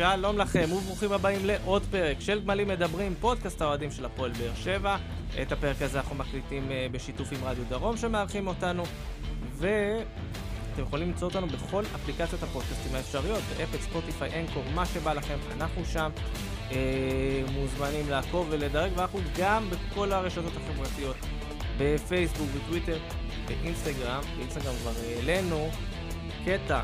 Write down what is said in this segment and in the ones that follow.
שלום לכם וברוכים הבאים לעוד פרק של גמלים מדברים, פודקאסט האוהדים של הפועל באר שבע. את הפרק הזה אנחנו מקליטים בשיתוף עם רדיו דרום שמארחים אותנו, ואתם יכולים למצוא אותנו בכל אפליקציות הפודקאסטים האפשריות, באפל, ספוטיפיי, אנקור, מה שבא לכם, אנחנו שם. מוזמנים לעקוב ולדרג, ואנחנו גם בכל הרשתות החברתיות, בפייסבוק, בטוויטר, באינסטגרם כבר העלינו קטע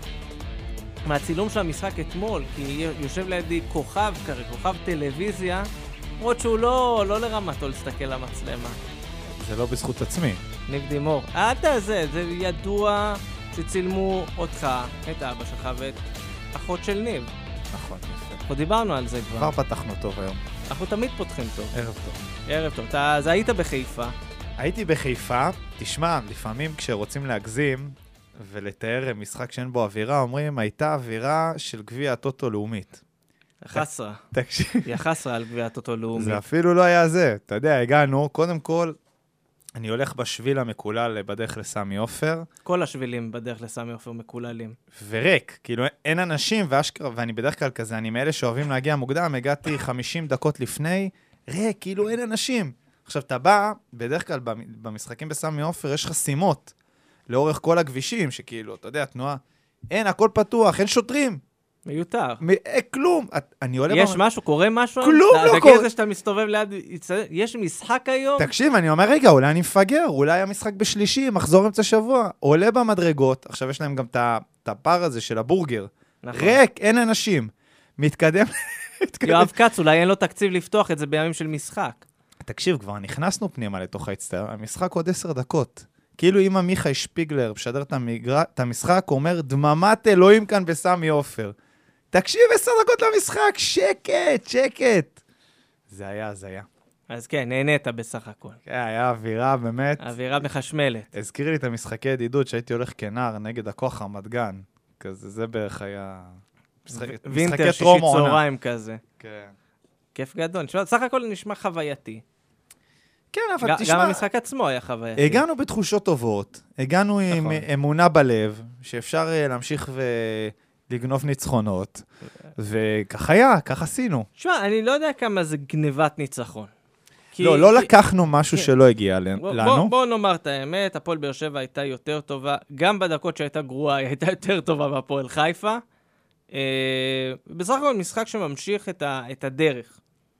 מהצילום של המשחק אתמול, כי יושב לידי כוכב טלוויזיה, למרות שהוא לא לרמתו להסתכל למצלמה. זה לא בזכות עצמי. ניב דימור. זה ידוע שצילמו אותך, את אבא שלך ואת אחות של ניב. נכון, יפה. אנחנו דיברנו על זה כבר. כבר פתחנו טוב היום. אנחנו תמיד פותחים טוב. ערב טוב. אז היית בחיפה. הייתי בחיפה. תשמע, לפעמים כשרוצים להגזים ולתאר משחק שאין בו אווירה, אומרים, הייתה אווירה של גביע הטוטו לאומית. חסרה. תקשיב. היא חסרה על גביע הטוטו לאומית. זה אפילו לא היה זה. אתה יודע, הגענו, קודם כל, אני הולך בשביל המקולל בדרך לסמי עופר. כל השבילים בדרך לסמי עופר מקוללים. וריק, כאילו אין אנשים, ואני בדרך כלל כזה, אני מאלה שאוהבים להגיע מוקדם, הגעתי 50 דקות לפני, ריק, כאילו אין אנשים. עכשיו, אתה בא, בדרך כלל במשחקים בסמי עופר יש חסימות, לאורך כל הכבישים, שכאילו, אתה יודע, תנועה, אין, הכל פתוח, אין שוטרים. מיותר. כלום. אני עולה יש משהו, קורה משהו? כלום לא קורה. זה שאתה מסתובב ליד, יש משחק היום? תקשיב, אני אומר, רגע, אולי אני מפגר, אולי המשחק בשלישי, מחזור אמצע שבוע, עולה במדרגות, עכשיו יש להם גם את הפר הזה של הבורגר. ריק, אין אנשים. מתקדם. יואב קץ, אולי אין לו תקציב לפתוח את זה בימים של משחק. תקשיב, כבר נכנסנו פנימה לתוך האצטדיון, המשחק עוד 10 דקות. כאילו אמא מיכאי שפיגלר משדר את המשחק, אומר, דממת אלוהים כאן בסמי עופר. תקשיב 10 דקות למשחק, שקט. זה היה. אז כן, נהנית בסך הכל. כן, היה אווירה באמת. אווירה מחשמלת. הזכיר לי את המשחקי ידידות שהייתי הולך כנער נגד הכוח רמת גן. כזה, זה בערך היה... וינטר שישי צהריים כזה. כן. כיף גדול. סך הכל נשמע חווייתי. כן, אבל תשמע... גם המשחק עצמו היה חווייתי. הגענו בתחושות טובות, הגענו עם אמונה בלב, שאפשר להמשיך ולגנוב ניצחונות, וכך היה, כך עשינו. תשמע, אני לא יודע כמה זה גנבת ניצחון. לא לקחנו משהו שלא הגיע לנו. בוא נאמר את האמת, הפועל באר שבע הייתה יותר טובה, גם בדקות שהייתה גרועה, היא הייתה יותר טובה מהפועל חיפה. בסך הכל משחק שממשיך את הדרך.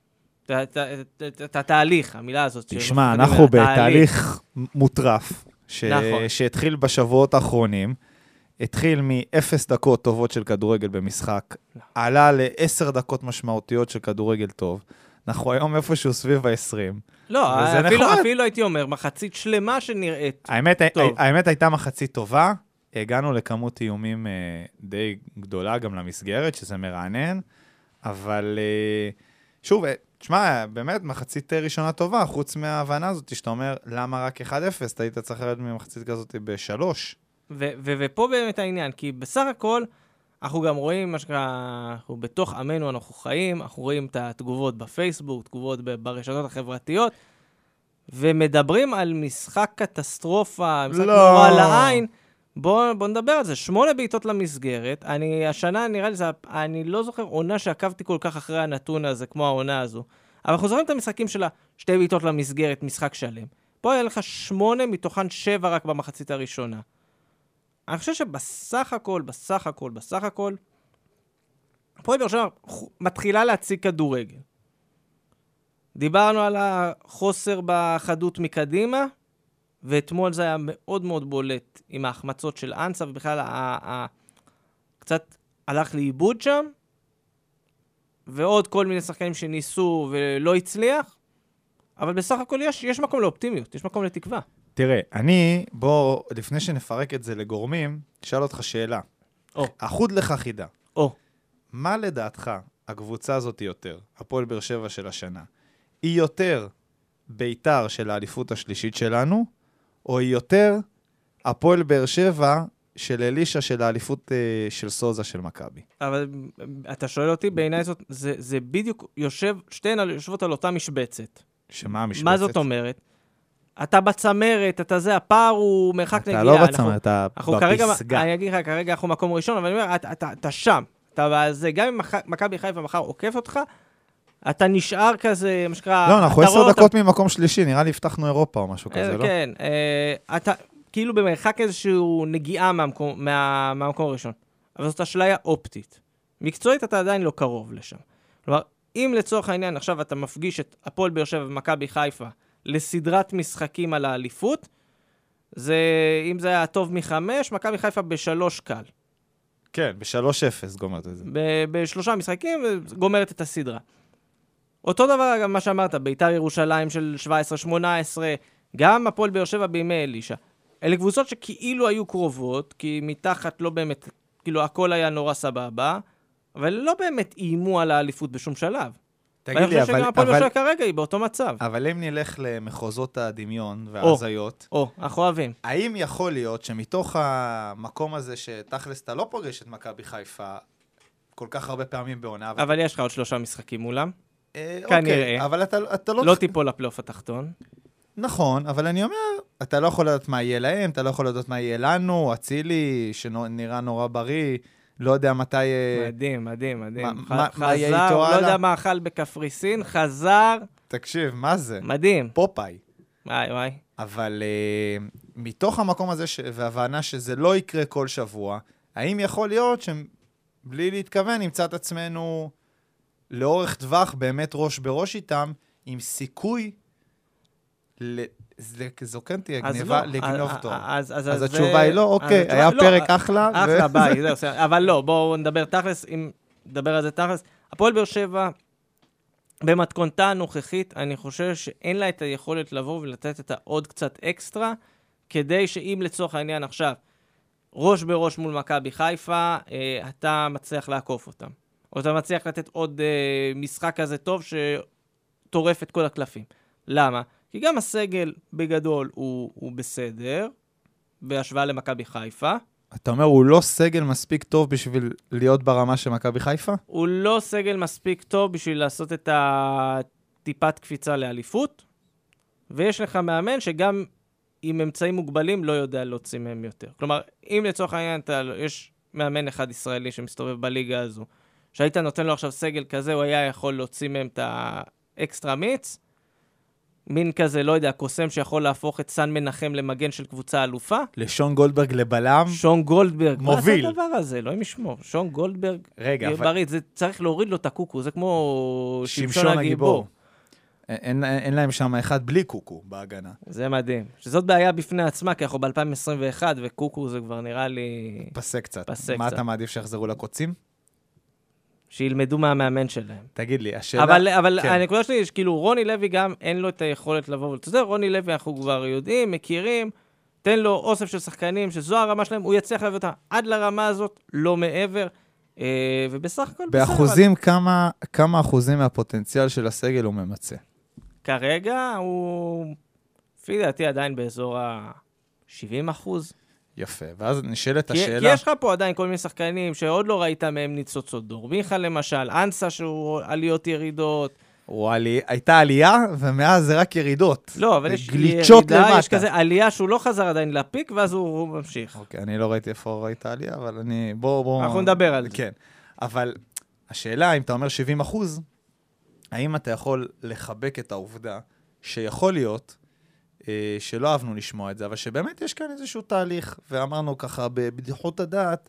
את התהליך, המילה הזאת. תשמע, אנחנו בתהליך מוטרף, שהתחיל בשבועות האחרונים, התחיל מ-0 דקות טובות של כדורגל במשחק, עלה ל-10 דקות משמעותיות של כדורגל טוב, אנחנו היום איפשהו סביב ה-20. לא, אפילו הייתי אומר, מחצית שלמה שנראית טוב. האמת הייתה מחצית טובה, הגענו לכמות איומים די גדולה גם למסגרת, שזה מרענן, אבל שוב, תשמע, באמת מחצית ראשונה טובה, חוץ מההבנה הזאת, שאתה אומר, למה רק 1-0? אתה היית צריך לרדת ממחצית כזאת ב-3. ופה באמת העניין, כי בסך הכל, אנחנו גם רואים מה שקרה, אנחנו בתוך עמנו אנחנו חיים, אנחנו רואים את התגובות בפייסבוק, תגובות ברשתות החברתיות, ומדברים על משחק קטסטרופה, משחק נורא לעין. בוא נדבר על זה. 8 בעיטות למסגרת. השנה נראה לי, אני לא זוכר עונה שעקבתי כל כך אחרי הנתון הזה, כמו העונה הזו. אבל אנחנו זוכרים את המשחקים שלה, 2 בעיטות למסגרת, משחק שלם. פה היה לך 8, מתוכן 7 רק במחצית הראשונה. אני חושב שבסך הכל, הפועל באר שבע מתחילה להציג כדורגל. דיברנו על החוסר בחדות מקדימה, ואתמול זה היה מאוד מאוד בולט עם ההחמצות של אנסה, ובכלל קצת הלך לאיבוד שם, ועוד כל מיני שחקנים שניסו ולא הצליח, אבל בסך הכל יש מקום לאופטימיות, יש מקום לתקווה. תראה, בוא, לפני שנפרק את זה לגורמים, תשאל אותך שאלה. אחוד לך חידה. מה לדעתך הקבוצה הזאת יותר, הפועל באר שבע של השנה? היא יותר ביתר של האליפות השלישית שלנו, או היא יותר הפועל באר שבע של אלישה של האליפות של סוזה של מכבי? אבל אתה שואל אותי, בעיניי זאת, זה בדיוק שתיהן יושבות על אותה משבצת. שמה המשבצת? מה זאת אומרת? אתה בצמרת, אתה זה, הפער הוא מרחק נגיעה. אתה לא בצמרת, אתה בפסגה. אני אגיד לך, כרגע אנחנו מקום ראשון, אבל אני אומר, אתה שם. גם אם מכבי חיפה מחר עוקף אותך, אתה נשאר כזה, מה שקרה... לא, אנחנו 10 דקות ממקום שלישי, נראה לי הבטחנו אירופה או משהו כזה, לא? כן, אתה כאילו במרחק איזשהו נגיעה מהמקום הראשון. אבל זאת אשליה אופטית. מקצועית אתה עדיין לא קרוב לשם. כלומר, אם לצורך העניין עכשיו אתה מפגיש את הפועל באר שבע ומכבי חיפה לסדרת משחקים על האליפות, אם זה היה טוב מ5, מכבי חיפה ב3 קל. כן, ב3-0 גומרת את זה. ב3 משחקים גומרת את הסדרה. אותו דבר גם מה שאמרת, ביתר ירושלים של 17-18, גם הפועל באר שבע בימי אלישע. אלה קבוצות שכאילו היו קרובות, כי מתחת לא באמת, כאילו הכל היה נורא סבבה, אבל לא באמת איימו על האליפות בשום שלב. תגיד לי, אבל... אני חושב שגם הפועל באר שבע כרגע היא באותו מצב. אבל אם נלך למחוזות הדמיון וההזיות, אנחנו אוהבים. האם יכול להיות שמתוך המקום הזה שתכלס אתה לא פוגש את מכבי חיפה כל כך הרבה פעמים בעונה... אבל יש לך עוד 3 משחקים מולם. כנראה. אבל אתה לא תיפול לפלייאוף התחתון. נכון, אבל אני אומר, אתה לא יכול לדעת מה יהיה להם, אתה לא יכול לדעת מה יהיה לנו, אצילי, שנראה נורא בריא, לא יודע מתי... מדהים. מה יהיה איתו הלאה? לא יודע מה אכל בקפריסין, חזר. תקשיב, מה זה? מדהים. פופאי. וואי. אבל מתוך המקום הזה וההבנה שזה לא יקרה כל שבוע, האם יכול להיות שבלי להתכוון נמצא את עצמנו לאורך טווח באמת ראש בראש איתם, עם סיכוי זו כן תהיה גניבה לגנוב תואר. אז התשובה היא לא, אוקיי, היה פרק אחלה. אחלה, ביי, זה עושה. אבל לא, בואו נדבר תכלס, אם נדבר על זה תכלס. הפועל באר שבע, במתכונתה הנוכחית, אני חושב שאין לה את היכולת לבוא ולתת את העוד קצת אקסטרה, כדי שאם לצורך העניין עכשיו, ראש בראש מול מכבי חיפה, אתה מצליח לעקוף אותם. או אתה מצליח לתת עוד משחק כזה טוב שטורף את כל הקלפים. למה? כי גם הסגל בגדול הוא בסדר, בהשוואה למכבי חיפה. אתה אומר, הוא לא סגל מספיק טוב בשביל להיות ברמה של מכבי חיפה? הוא לא סגל מספיק טוב בשביל לעשות את הטיפת קפיצה לאליפות, ויש לך מאמן שגם עם אמצעים מוגבלים לא יודע להוציא מהם יותר. כלומר, אם לצורך העניין יש מאמן אחד ישראלי שמסתובב בליגה הזו, שהיית נותן לו עכשיו סגל כזה, הוא היה יכול להוציא מהם את האקסטרה מיץ, מין כזה, לא יודע, קוסם שיכול להפוך את סן מנחם למגן של קבוצה אלופה. לשון גולדברג לבלם. שון גולדברג. מוביל. מה זה הדבר הזה? לא עם ישמור. שון גולדברג. רגע. ברית, זה צריך להוריד לו את הקוקו, זה כמו שמשון הגיבור. אין להם שם אחד בלי קוקו בהגנה. זה מדהים. שזאת בעיה בפני עצמה, כי אנחנו ב-2021, וקוקו זה כבר נראה לי... פסק קצת. מה אתה מעדיף שיחזרו לקוצים? שילמדו מהמאמן שלהם. תגיד לי, השאלה... אבל הנקודה שלי היא שכאילו רוני לוי גם אין לו את היכולת לבוא, אתה יודע, רוני לוי אנחנו כבר יודעים, מכירים, תן לו אוסף של שחקנים, שזו הרמה שלהם, הוא יצליח להביא אותה עד לרמה הזאת, לא מעבר, ובסך הכל... באחוזים, כמה אחוזים מהפוטנציאל של הסגל הוא ממצא? כרגע הוא, לפי דעתי עדיין באזור ה-70%. יפה, ואז נשאלת השאלה... כי יש לך פה עדיין כל מיני שחקנים שעוד לא ראית מהם ניצוצות דורמיכה למשל, אנסה שהוא עליות ירידות. הייתה עלייה, ומאז זה רק ירידות. לא, אבל יש גליצ'ות ירידה, למטה. יש כזה עלייה שהוא לא חזר עדיין לפיק, ואז הוא ממשיך. אוקיי, אני לא ראיתי איפה ראית עלייה, אבל בוא... אנחנו נדבר על זה. כן, אבל השאלה, אם אתה אומר 70%, האם אתה יכול לחבק את העובדה שיכול להיות... שלא אהבנו לשמוע את זה, אבל שבאמת יש כאן איזשהו תהליך, ואמרנו ככה בבדיחות הדעת,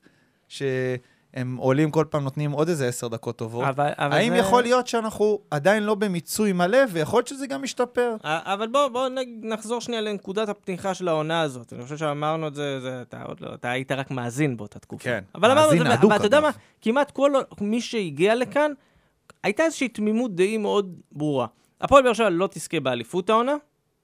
שהם עולים כל פעם נותנים עוד איזה 10 דקות טובות. האם יכול להיות שאנחנו עדיין לא במיצוי מלא, ויכול להיות שזה גם משתפר? אבל בואו נחזור שנייה לנקודת הפתיחה של העונה הזאת. אני חושב שאמרנו את זה, אתה היית רק מאזין באותה תקופה. כן, מאזין הדוק. ואתה יודע מה, כמעט כל מי שהגיע לכאן, הייתה איזושהי תמימות דעים מאוד ברורה. הפועל באר שבע לא תזכה באליפות העונה,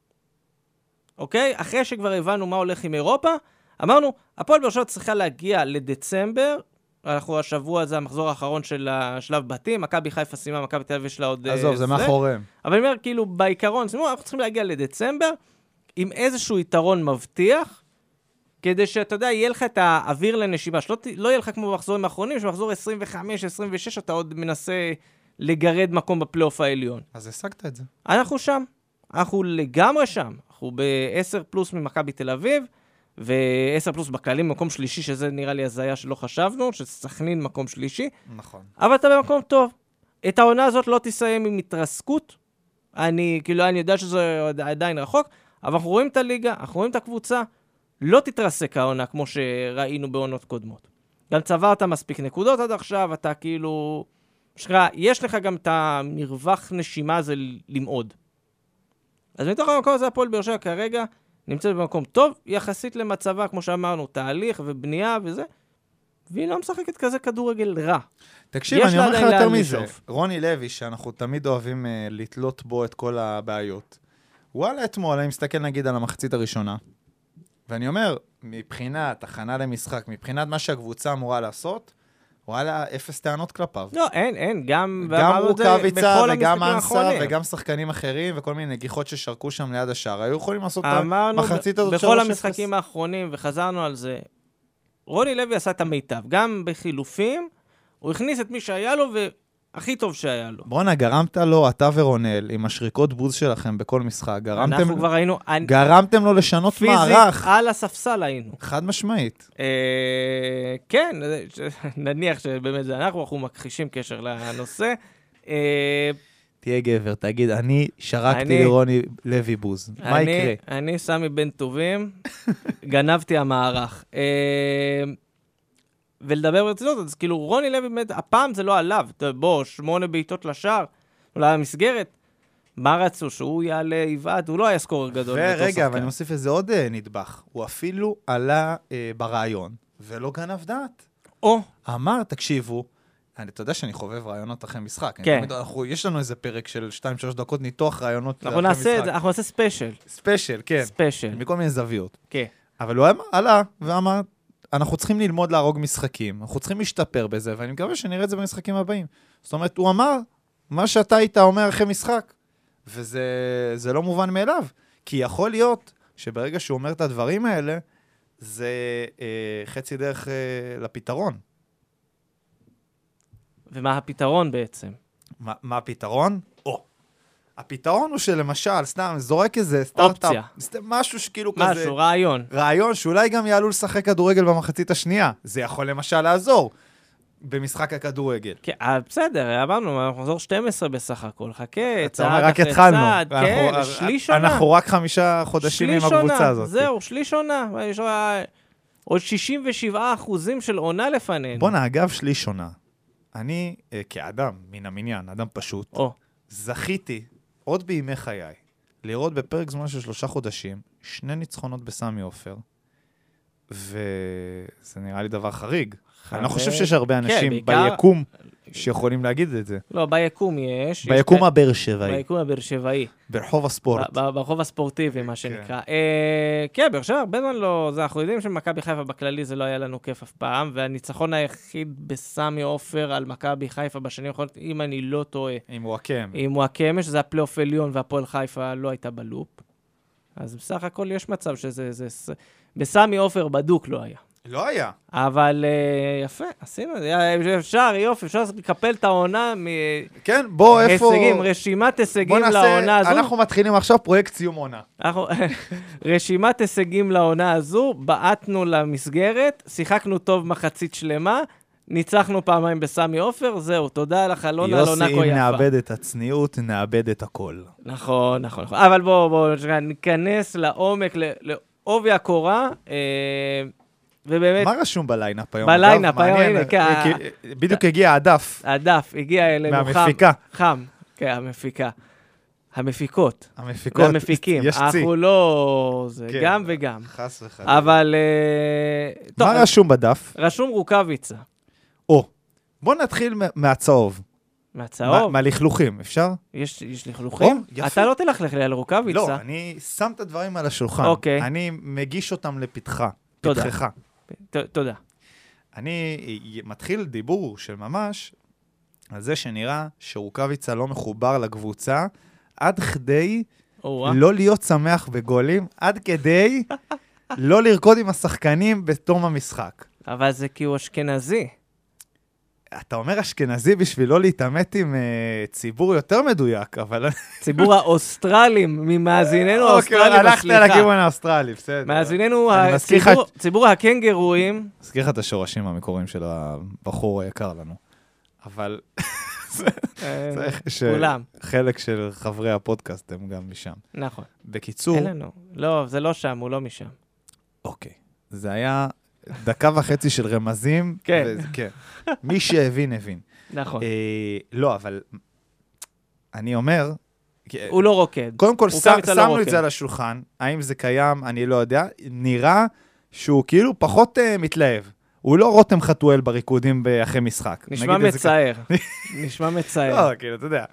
אוקיי? אחרי שכבר הבנו מה הולך עם אירופה, אמרנו, הפועל באר שבע צריכה להגיע לדצמבר, אנחנו השבוע הזה המחזור האחרון של השלב בתים, מכבי חיפה סיימה, מכבי תל אביב יש לה עוד... עזוב, זה מאחוריהם. אבל אני אומר, כאילו, בעיקרון, אנחנו צריכים להגיע לדצמבר, עם איזשהו יתרון מבטיח, כדי שאתה יודע, יהיה לך את האוויר לנשימה, שלא יהיה לך כמו במחזורים האחרונים, שמחזור 25, 26, אתה עוד מנסה לגרד מקום בפלייאוף העליון. אז השגת את זה. אנחנו שם. אנחנו לגמרי שם. אנחנו ב-10 פלוס ממכבי תל אביב, ו10 פלוס בכללים במקום שלישי, שזה נראה לי הזיה שלא חשבנו, שסכנין מקום שלישי. נכון. אבל אתה במקום טוב. את העונה הזאת לא תסיים עם התרסקות. אני יודע שזה עדיין רחוק, אבל אנחנו רואים את הליגה, אנחנו רואים את הקבוצה, לא תתרסק העונה כמו שראינו בעונות קודמות. גם צברת מספיק נקודות עד עכשיו, אתה כאילו... יש לך גם את המרווח נשימה הזה למעוד. אז מתוך המקום הזה, הפועל באר שבע כרגע נמצאת במקום טוב, יחסית למצבה, כמו שאמרנו, תהליך ובנייה וזה, והיא לא משחקת כזה כדורגל רע. תקשיב, אני אומר לך יותר מזה. רוני לוי, שאנחנו תמיד אוהבים לתלות בו את כל הבעיות. וואלה, אתמול, אני מסתכל נגיד על המחצית הראשונה, ואני אומר, מבחינת הכנה למשחק, מבחינת מה שהקבוצה אמורה לעשות, וואלה, 0 טענות כלפיו. לא, אין, גם רוקאביצה וגם אנסה וגם שחקנים אחרים וכל מיני נגיחות ששרקו שם ליד השער. היו יכולים לעשות את המחצית הזאת 3-0. בכל המשחקים האחרונים, וחזרנו על זה, רוני לוי עשה את המיטב. גם בחילופים, הוא הכניס את מי שהיה לו והכי טוב שהיה לו. ברונה, גרמת לו, אתה ורונל, עם השריקות בוז שלכם בכל משחק, גרמתם לו לשנות מערך. פיזית על הספסל היינו. חד משמעית. כן, נניח שבאמת זה אנחנו מכחישים קשר לנושא. תהיה גבר, תגיד, אני שרקתי לרוני לוי בוז. מה יקרה? אני סמי בן טובים, גנבתי המערך. ולדבר ברצינות, אז כאילו רוני לוי, הפעם זה לא עליו, בוא, 8 בעיטות לשער, אולי המסגרת, מה רצו? שהוא יעלה יבעד, הוא לא היה סקורר גדול. ורגע, ואני מוסיף איזה עוד נדבך, הוא אפילו עלה ברעיון, ולא גנב דעת. אמר, תקשיבו, אתה יודע שאני חובב רעיונות אחרי משחק. כן. יש לנו איזה פרק של 2-3 דקות ניתוח רעיונות אחרי משחק. אנחנו נעשה ספיישל. ספיישל, כן. ספיישל. מכל מיני זוויות. כן. אבל הוא עלה ואמר, אנחנו צריכים ללמוד להרוג משחקים, אנחנו צריכים להשתפר בזה, ואני מקווה שנראה את זה במשחקים הבאים. זאת אומרת, הוא אמר מה שאתה היית אומר אחרי משחק, וזה לא מובן מאליו, כי יכול להיות שברגע שהוא אומר את הדברים האלה, זה חצי דרך לפתרון. ומה הפתרון בעצם? מה הפתרון? הפתרון הוא שלמשל, סתם, זורק איזה סטארט-אפ, משהו שכאילו כזה... משהו, רעיון. רעיון שאולי גם יעלו לשחק כדורגל במחצית השנייה. זה יכול למשל לעזור במשחק הכדורגל. כן, בסדר, אמרנו, אנחנו נחזור 12 בסך הכל. חכה, צעד אחרי צעד. כן, שליש עונה. אנחנו רק 5 חודשים עם הקבוצה הזאת. זהו, שליש עונה. עוד 67% של עונה לפנינו. בוא אגב, שליש עונה. אני, כאדם, מן המניין, אדם פשוט, זכיתי עוד בימי חיי, לראות בפרק זמן של 3 חודשים, 2 ניצחונות בסמי עופר, וזה נראה לי דבר חריג. אני לא חושב שיש הרבה אנשים ביקום שיכולים להגיד את זה. לא, ביקום יש. ביקום הבאר שבעי. ביקום הבאר שבעי. ברחוב הספורט. ברחוב הספורטיבי, מה שנקרא. כן, באר שבע, הרבה זמן לא, אנחנו יודעים שמכבי חיפה בכללי זה לא היה לנו כיף אף פעם, והניצחון היחיד בסמי עופר על מכבי חיפה בשנים האחרונות, אם אני לא טועה. עם וואקם. עם וואקם, שזה הפלייאוף עליון, והפועל חיפה לא הייתה בלופ. אז בסך הכל יש מצב שזה... בסמי עופר בדוק לא היה. לא היה. אבל יפה, עשינו, אפשר לקפל את העונה כן, בוא, איפה... רשימת הישגים לעונה הזו. אנחנו מתחילים עכשיו פרויקט סיום עונה. רשימת הישגים לעונה הזו, בעטנו למסגרת, שיחקנו טוב מחצית שלמה, ניצחנו פעמיים בסמי עופר, זהו, תודה על החלון, על עונה כה יפה. יוסי, אם נאבד את הצניעות, נאבד את הכל. נכון. אבל בואו, ניכנס לעומק, לעובי הקורה, ובאמת... מה רשום בליינאפ היום? בליינאפ היום, הנה, כן. בדיוק הגיע הדף. הדף, הגיע אלינו מהמפיקה. חם, כן, המפיקה. המפיקות. המפיקות. והמפיקים. אנחנו לא... גם וגם. חס וחלילה. אבל... מה רשום בדף? רשום רוקאביצה. בוא נתחיל מהצהוב. מהצהוב? מהלכלוכים, אפשר? יש לכלוכים? אתה לא תלכלך לי על רוקאביצה. לא, אני שם את הדברים על השולחן. אוקיי. אני מגיש אותם לפתחה. תודה. פתחך. תודה. אני מתחיל דיבור של ממש על זה שנראה שרוקאביצה לא מחובר לקבוצה, עד כדי לא להיות שמח בגולים, עד כדי לא לרקוד עם השחקנים בתום המשחק. אבל זה כי הוא אשכנזי. אתה אומר אשכנזי בשביל לא להתעמת עם ציבור יותר מדויק, אבל... ציבור האוסטרלים, ממאזיננו האוסטרלים, הלכת לכיוון האוסטרלי, בסדר. מאזיננו, ציבור הקנגרואים. אזכיר לך את השורשים המקוריים של הבחור היקר לנו. אבל... כולם. חלק של חברי הפודקאסט הם גם משם. נכון. בקיצור... אין לנו. לא, זה לא שם, הוא לא משם. אוקיי. זה היה 1.5 של רמזים. כן. כן. מי שהבין, הבין. נכון. לא, אבל אני אומר... הוא לא רוקד. קודם כל, שמנו את זה על השולחן. האם זה קיים? אני לא יודע. נראה שהוא כאילו פחות מתלהב. הוא לא רותם חתואל בריקודים אחרי משחק. נשמע מצער. נשמע מצער. לא, כאילו, אתה יודע.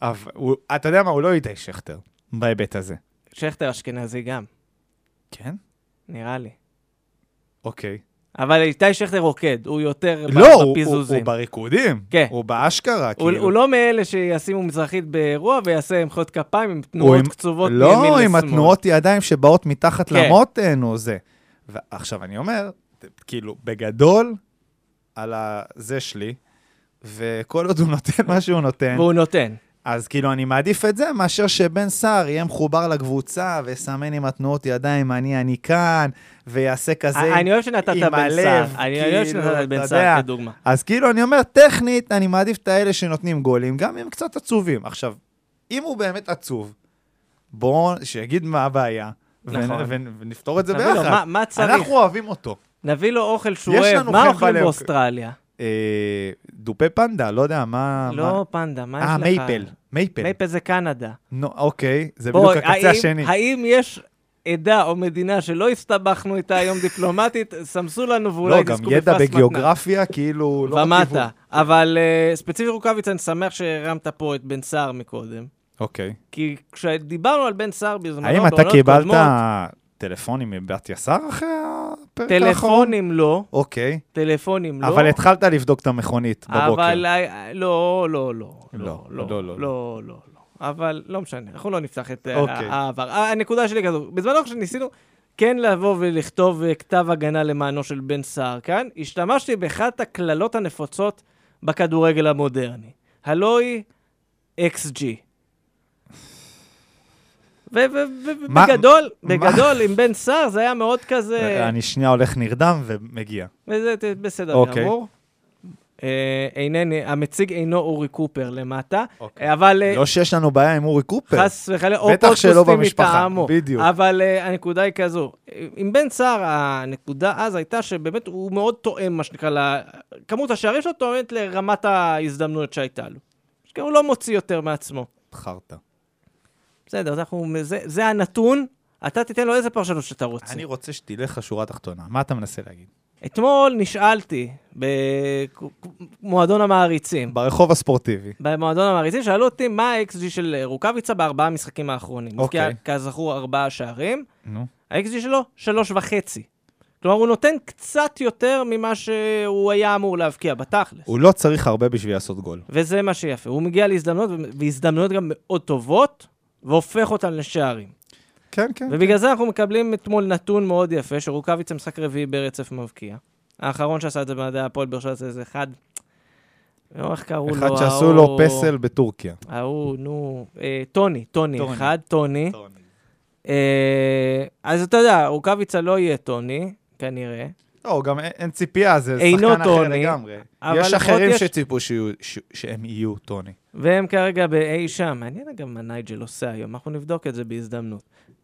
אתה יודע מה? הוא לא איתי שכטר בהיבט הזה. שכטר אשכנזי גם. כן? נראה לי. אוקיי. אבל איתי שכטר רוקד, הוא יותר בפיזוזים. הוא בריקודים. כן. הוא באשכרה, כאילו. הוא לא מאלה שישימו מזרחית באירוע ויעשה מחיאות כפיים עם תנועות קצובות מימין לשמאל. לא, עם התנועות ידיים שבאות מתחת למותן או זה. ועכשיו אני אומר, כאילו, בגדול, על זה שלי, וכל עוד הוא נותן מה שהוא נותן. והוא נותן. אז כאילו, אני מעדיף את זה, מאשר שבן סער יהיה מחובר לקבוצה, ויסמן עם התנועות ידיים, אני כאן, ויעשה כזה אני אוהב שנתת בן סער. אני אוהב שנתת בן סער כדוגמה. אז כאילו, אני אומר, טכנית, אני מעדיף את האלה שנותנים גולים, גם אם קצת עצובים. עכשיו, אם הוא באמת עצוב, בואו, שיגיד מה הבעיה, ונפתור את זה ביחד. מה צריך? אנחנו אוהבים אותו. נביא לו אוכל שהוא אוהב. מה אוכלים באוסטרליה? דופי פנדה, לא יודע, מה... לא פנדה, מה יש לך? מייפל. מייפל זה קנדה. אוקיי, זה בדיוק הקצה השני. האם יש עדה או מדינה שלא הסתבכנו איתה היום דיפלומטית, סמסו לנו ואולי דסקו בפס מתנה. לא, גם ידע בגיאוגרפיה, כאילו... ומטה. אבל ספציפי רוקאביצה, אני שמח שהרמת פה את בן סער מקודם. אוקיי. כי כשדיברנו על בן סער בזמנו... האם אתה קיבלת טלפונים מבתיה סער אחרי הפרק האחרון? טלפונים לא. אוקיי. טלפונים לא. אבל התחלת לבדוק את המכונית בבוקר. אבל לא. לא. אבל לא משנה, אנחנו לא נפתח את העבר. הנקודה שלי כזו, בזמנו כשניסינו כן לבוא ולכתוב כתב הגנה למענו של בן סער כאן, השתמשתי באחת הכללות הנפוצות בכדורגל המודרני. הלוא היא XG. ובגדול, עם בן סער זה היה מאוד כזה... אני שנייה הולך נרדם ומגיע. וזה בסדר גמור. המציג אינו אורי קופר למטה, אבל... לא שיש לנו בעיה עם אורי קופר. חס וחלילה, או בטח שלא במשפחה, בדיוק. אבל הנקודה היא כזו. עם בן סער, הנקודה אז הייתה שבאמת הוא מאוד תואם, מה שנקרא, כמות השערים שלו תואמת לרמת ההזדמנויות שהייתה לו. הוא לא מוציא יותר מעצמו. חרטה. בסדר, זה הנתון, אתה תיתן לו איזה פרשנות שאתה רוצה. אני רוצה שתלך לשורה התחתונה. מה אתה מנסה להגיד? אתמול נשאלתי במועדון המעריצים. ברחוב הספורטיבי. במועדון המעריצים, שאלו אותי מה ה-XG של רוקאביצה ב4 המשחקים האחרונים. אוקיי. כזכור 4 שערים. נו. ה-XG שלו 3.5. כלומר, הוא נותן קצת יותר ממה שהוא היה אמור להבקיע בתכלס. הוא לא צריך הרבה בשביל לעשות גול. וזה מה שיפה. הוא מגיע להזדמנות, והזדמנויות גם מאוד טובות, והופך אותן לשערים. כן. ובגלל זה אנחנו מקבלים אתמול נתון מאוד יפה, שרוקאביצה משחק רביעי ברצף מבקיע. האחרון שעשה את זה במדעי הפועל באר שבע זה אחד, איך קראו לו? אחד שעשו לו פסל בטורקיה. טוני, אחד, טוני. אז אתה יודע, רוקאביצה לא יהיה טוני, כנראה. לא, גם אין ציפייה, זה שחקן אחר לגמרי. יש אחרים שציפו שהם יהיו טוני. והם כרגע באי שם. מעניין גם מה נייג'ל עושה היום, אנחנו נבדוק את זה בהזדמנות.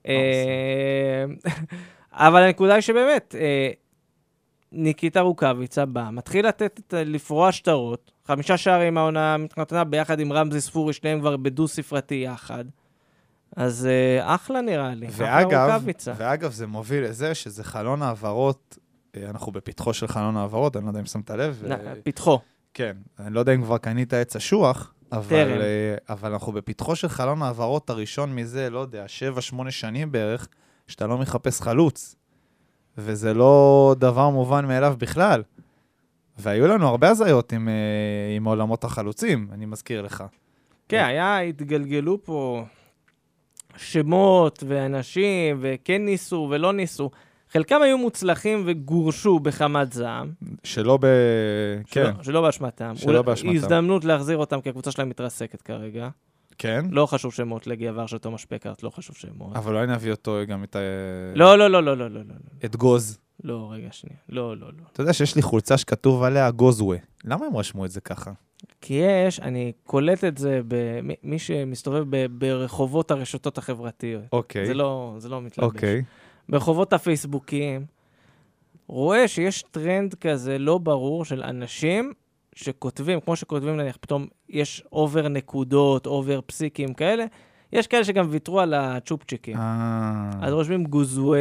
אבל הנקודה היא שבאמת, ניקיטה רוקאביצה בא, מתחיל לפרוע שטרות, 5 שערים העונה מתחתנה ביחד עם רמזי ספורי, שניהם כבר בדו ספרתי יחד. אז אחלה נראה לי, אחלה רוקאביצה. ואגב, זה מוביל לזה שזה חלון העברות, אנחנו בפתחו של חלון העברות, אני לא יודע אם שמת לב. פתחו. כן, אני לא יודע אם כבר קנית עץ אשוח, אבל אנחנו בפתחו של חלון העברות הראשון מזה, לא יודע, 7-8 שנים בערך, שאתה לא מחפש חלוץ. וזה לא דבר מובן מאליו בכלל. והיו לנו הרבה הזיות עם עולמות החלוצים, אני מזכיר לך. כן, התגלגלו פה שמות ואנשים, וכן ניסו ולא ניסו. חלקם היו מוצלחים וגורשו בחמת זעם. שלא כן. שלא באשמתם. שלא באשמתם. הזדמנות להחזיר אותם, כי הקבוצה שלהם מתרסקת כרגע. כן? לא חשוב שמות, לגי עבר של תומש פקארט, לא חשוב שמות. אבל אולי נביא אותו גם את לא. את גוז. לא, רגע, שנייה. לא. אתה יודע שיש לי חולצה שכתוב עליה גוזווה. למה הם רשמו את זה ככה? כי אני קולט את זה במי שמסתובב ברחובות הרשתות החברתיות. אוקיי. זה לא מתלבש. אוקיי. ברחובות הפייסבוקיים, רואה שיש טרנד כזה לא ברור של אנשים שכותבים, כמו שכותבים נניח, פתאום יש אובר נקודות, אובר פסיקים כאלה, יש כאלה שגם ויתרו על הצ'ופצ'יקים. אז רושמים גוזווה,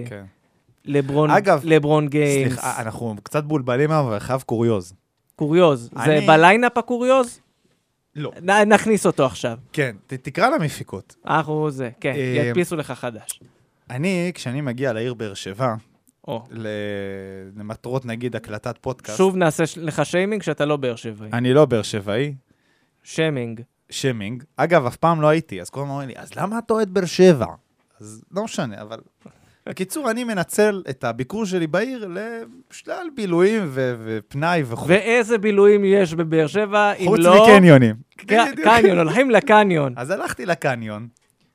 לברון גיימס. סליחה, אנחנו קצת בולבלים, אבל חייב קוריוז. קוריוז. זה בליינאפ הקוריוז? לא. נכניס אותו עכשיו. כן, תקרא למפיקות. כן, ידפיסו לך חדש. כשאני מגיע לעיר באר שבע, למטרות נגיד הקלטת פודקאסט. שוב נעשה לך שיימינג שאתה לא באר שבעי. אני לא באר שבעי. שיימינג. אגב, אף פעם לא הייתי, אז כל הזמן אומרים לי, אז למה אתה אוהד באר שבע? אז לא משנה, אבל... בקיצור, אני מנצל את הביקור שלי בעיר לשלל בילויים ופנאי וכו'. ואיזה בילויים יש בבאר שבע, אם לא... חוץ מקניונים. קניון, הולכים לקניון. אז הלכתי לקניון,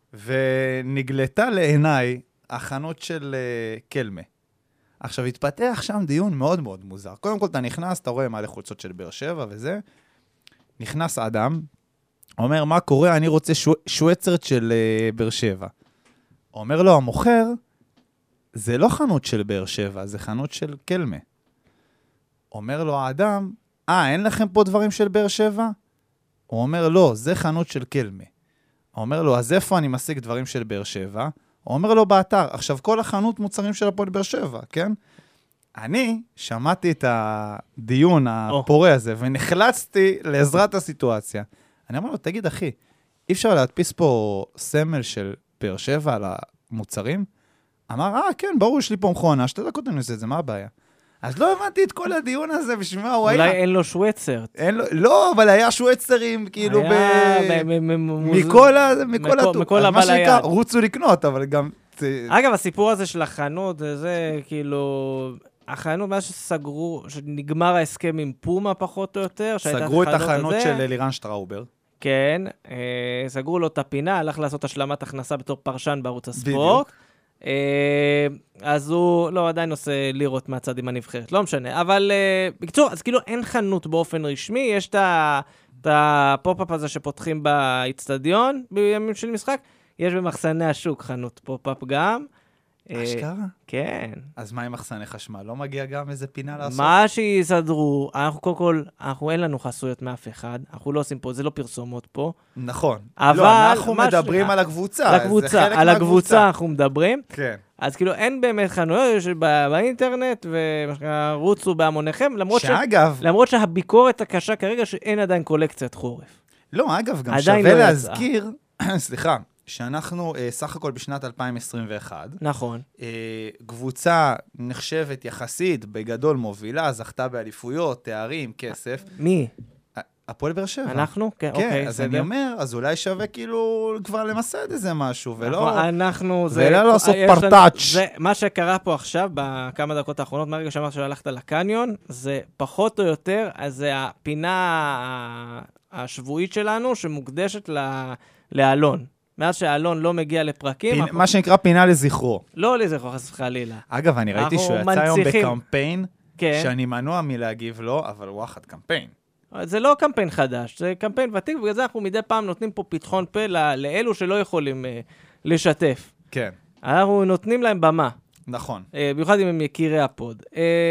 ונגלתה לעיניי החנות של קלמה. עכשיו, התפתח שם דיון מאוד מאוד מוזר. קודם כל, אתה נכנס, אתה רואה מה לחולצות של באר שבע וזה. נכנס אדם, אומר, מה קורה? אני רוצה שוויצרט של באר שבע. אומר לו, המוכר, זה לא חנות של באר שבע, זה חנות של קלמה. אומר לו האדם, אין לכם פה דברים של באר שבע? הוא אומר, לא, זה חנות של קלמה. הוא אומר לו, אז איפה אני משיג דברים של באר שבע? הוא אומר לו, באתר. עכשיו, כל החנות מוצרים של הפועל באר שבע, כן? אני שמעתי את הדיון הפורה הזה, ונחלצתי לעזרת הסיטואציה. אני אומר לו, תגיד, אחי, אי אפשר להדפיס פה סמל של באר שבע על המוצרים? אמר, כן, ברור, יש לי פה מכונה, 2 דקות אני עושה את זה, מה הבעיה? אז לא הבנתי את כל הדיון הזה, בשביל מה הוא היה. אולי אין לו שוויצרט. לא, אבל היה שוויצרים, כאילו, מכל מה שנקרא, רוצו לקנות, אבל גם... אגב, הסיפור הזה של החנות, זה כאילו... החנות, מה שסגרו, שנגמר ההסכם עם פומה פחות או יותר, סגרו את החנות של לירן שטראובר. כן, סגרו לו את הפינה, הלך לעשות השלמת הכנסה בתור פרשן בערוץ הספורט. אז הוא, לא, עדיין עושה לירות מהצד עם הנבחרת, לא משנה. אבל בקצור, אז כאילו אין חנות באופן רשמי, יש את הפופ-אפ הזה שפותחים באצטדיון בימים של משחק, יש במחסני השוק חנות פופ-אפ גם. אשכרה? כן. אז מה עם מחסני חשמל? לא מגיע גם איזה פינה לעשות? מה שיסדרו, אנחנו קודם כל, אין לנו חסויות מאף אחד, אנחנו לא עושים פה, זה לא פרסומות פה. נכון. אבל... לא, אנחנו מדברים על הקבוצה. על הקבוצה אנחנו מדברים. כן. אז כאילו אין באמת חנויות באינטרנט, ורוצו בהמוניכם, למרות שהביקורת הקשה כרגע שאין עדיין קולקציית חורף. לא, אגב, גם שווה להזכיר, סליחה, שאנחנו סך הכל בשנת 2021. נכון. קבוצה נחשבת יחסית, בגדול מובילה, זכתה באליפויות, תארים, כסף. מי? הפועל באר שבע. אנחנו? כן, אוקיי. אז אני אומר, אז אולי שווה כאילו כבר למסד איזה משהו, ולא... אנחנו... ולא לעשות פרטאץ'. מה שקרה פה עכשיו, בכמה דקות האחרונות, מהרגע שאמרת שהלכת לקניון, זה פחות או יותר, אז זה הפינה השבועית שלנו, שמוקדשת לאלון. מאז שהאלון לא מגיע לפרקים... מה שנקרא פינה לזכרו. לא לזכרו, חס וחלילה. אגב, אני ראיתי שהוא יצא היום בקמפיין, שאני מנוע מלהגיב לו, אבל הוא אחד קמפיין. זה לא קמפיין חדש, זה קמפיין ותיק, ובגלל זה אנחנו מדי פעם נותנים פה פתחון פה לאלו שלא יכולים לשתף. כן. אנחנו נותנים להם במה. נכון. במיוחד אם הם יקירי הפוד.